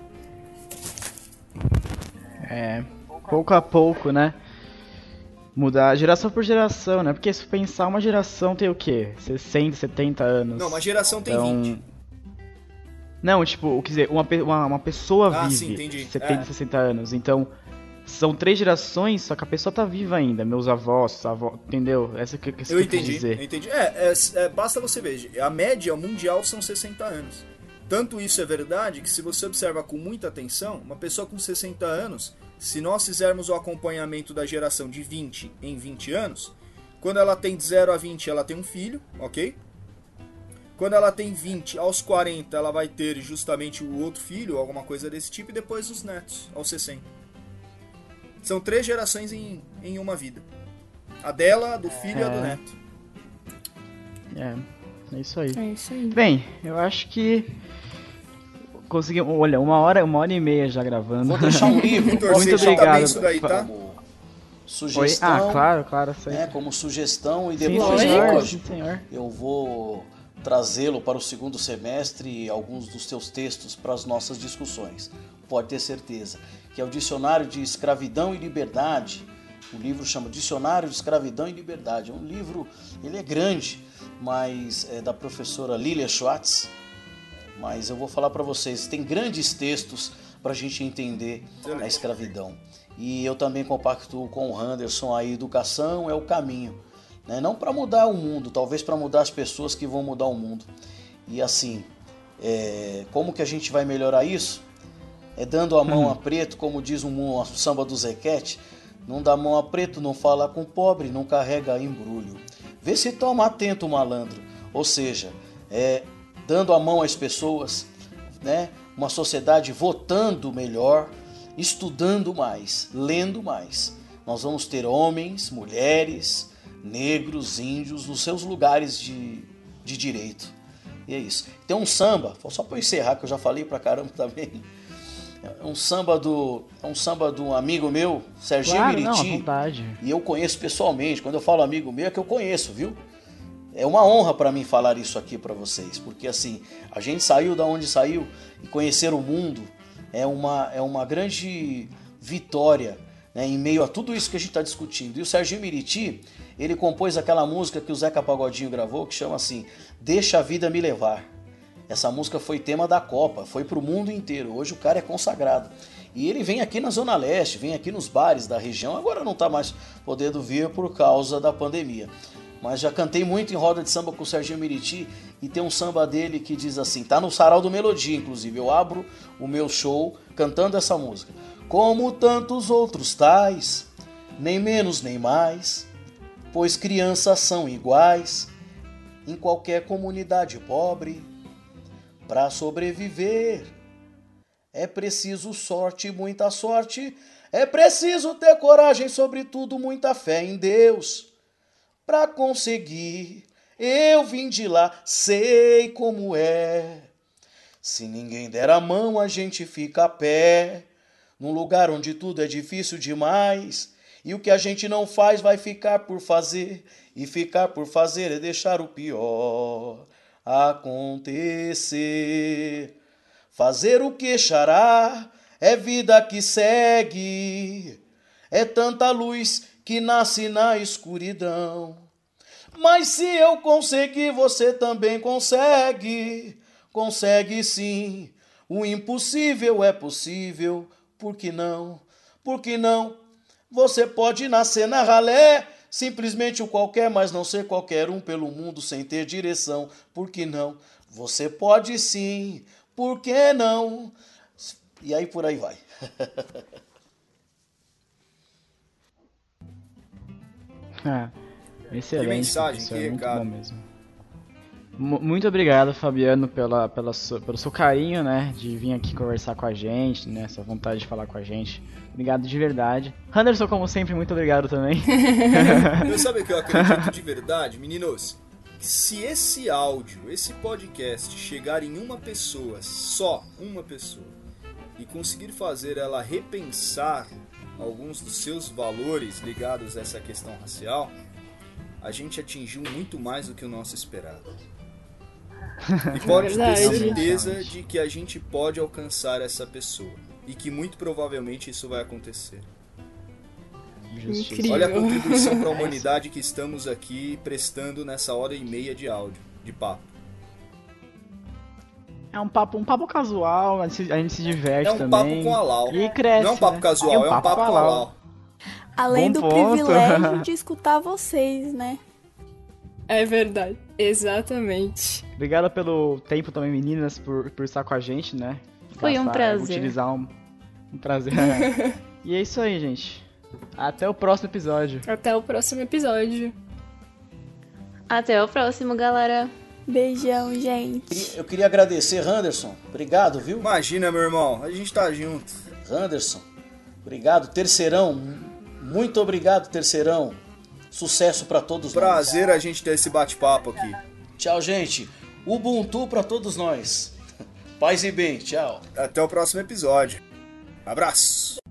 É, pouco a pouco, né? Mudar geração por geração, né? Porque se pensar, uma geração tem o quê? sessenta, setenta anos. Não, uma geração tem então... vinte. Não, tipo, quer dizer, uma, uma, uma pessoa Ah, vive sim, entendi. setenta, É. sessenta anos. Então, são três gerações, só que a pessoa tá viva ainda. Meus avós, avó, entendeu? Essa que, que Eu eu quis entendi, dizer. eu entendi. É, é, é, basta você ver, a média mundial são sessenta anos. Tanto isso é verdade que se você observa com muita atenção, uma pessoa com sessenta anos, se nós fizermos o acompanhamento da geração de vinte em vinte anos, quando ela tem de zero a vinte, ela tem um filho, ok? Quando ela tem vinte aos quarenta, ela vai ter justamente o outro filho, alguma coisa desse tipo, e depois os netos, aos sessenta. São três gerações em, em uma vida. A dela, a do filho e a do É. neto. É, é isso aí. É isso aí. Bem, eu acho que conseguimos, olha, uma hora, uma hora e meia já gravando. Vou deixar um livro. Vitor, posso você Muito deixar um obrigado. também isso daí, tá? Como Oi? sugestão, Ah, claro, claro. Sei. né, como sugestão e Sim, depois, senhor, lógico, sim, senhor. eu vou trazê-lo para o segundo semestre e alguns dos teus textos para as nossas discussões. Pode ter certeza. Que é o Dicionário de Escravidão e Liberdade. O livro chama Dicionário de Escravidão e Liberdade. É um livro, ele é grande, mas é da professora Lilia Schwartz. Mas eu vou falar para vocês, tem grandes textos para a gente entender a escravidão. E eu também compactuo com o Anderson, a educação é o caminho. Né? Não para mudar o mundo, talvez para mudar as pessoas que vão mudar o mundo. E assim, é, como que a gente vai melhorar isso? É dando a mão a preto, como diz um, um samba do Zequete. Não dá mão a preto, não fala com pobre, não carrega embrulho. Vê se toma atento, malandro. Ou seja, é, dando a mão às pessoas, né? Uma sociedade votando melhor, estudando mais, lendo mais. Nós vamos ter homens, mulheres, negros, índios, nos seus lugares de, de direito. E é isso. Tem um samba, só para eu encerrar, que eu já falei pra caramba também. É um samba do, é um samba do amigo meu, Serginho Claro, Meriti. não, à vontade. E eu conheço pessoalmente. Quando eu falo amigo meu, é que eu conheço, viu? É uma honra para mim falar isso aqui para vocês, porque assim, a gente saiu da onde saiu e conhecer o mundo é uma, é uma grande vitória, né, em meio a tudo isso que a gente está discutindo. E o Serginho Meriti, ele compôs aquela música que o Zeca Pagodinho gravou, que chama assim, Deixa a Vida Me Levar. Essa música foi tema da Copa, foi pro mundo inteiro. Hoje o cara é consagrado. E ele vem aqui na Zona Leste, vem aqui nos bares da região. Agora não está mais podendo vir por causa da pandemia. Mas já cantei muito em roda de samba com o Serginho Meriti. E tem um samba dele que diz assim, tá no Sarau do Melodia, inclusive. Eu abro o meu show cantando essa música. Como tantos outros tais, nem menos nem mais, pois crianças são iguais em qualquer comunidade pobre. Para sobreviver é preciso sorte, muita sorte, é preciso ter coragem, sobretudo muita fé em Deus. Para conseguir, eu vim de lá, sei como é. Se ninguém der a mão, a gente fica a pé, num lugar onde tudo é difícil demais. E o que a gente não faz vai ficar por fazer, e ficar por fazer é deixar o pior acontecer. Fazer o que xará é vida que segue, é tanta luz que nasce na escuridão. Mas se eu conseguir, você também consegue. Consegue sim, o impossível é possível. Por que não? Por que não? Você pode nascer na ralé, simplesmente o qualquer, mas não ser qualquer um pelo mundo sem ter direção. Por que não? Você pode sim, por que não? E aí por aí vai. Ah, excelente. Que mensagem, professor, que muito recado. bom mesmo. Mu- Muito obrigado, Fabiano, pela, pela su- pelo seu carinho, né, de vir aqui conversar com a gente, né, essa vontade de falar com a gente. Obrigado de verdade. Anderson, como sempre, muito obrigado também. Eu sabe o que eu acredito de verdade, meninos? Se esse áudio, esse podcast chegar em uma pessoa, só uma pessoa, e conseguir fazer ela repensar alguns dos seus valores ligados a essa questão racial, a gente atingiu muito mais do que o nosso esperado. E pode ter Verdade. certeza de que a gente pode alcançar essa pessoa. E que muito provavelmente isso vai acontecer. Justiça. Incrível. Olha a contribuição para a humanidade que estamos aqui prestando nessa hora e meia de áudio, de papo. É um papo, um papo casual, a gente, se- a gente se diverte É um também. papo com a Lau. E cresce, Não é um papo né? casual, E é um papo com a Lau. Além Bom do ponto. privilégio de escutar vocês, né? É verdade. Exatamente. Obrigado pelo tempo também, meninas, por, por estar com a gente, né? Foi um Gastar- prazer. Utilizar um, um prazer. E é isso aí, gente. Até o próximo episódio. Até o próximo episódio. Até o próximo, galera. Beijão, gente. Eu queria agradecer, Anderson. Obrigado, viu? Imagina, meu irmão, a gente tá junto. Anderson, obrigado. Terceirão, muito obrigado, Terceirão. Sucesso pra todos nós. Prazer a gente ter esse bate-papo aqui. Tchau, gente. Ubuntu pra todos nós. Paz e bem, tchau. Até o próximo episódio. Abraço!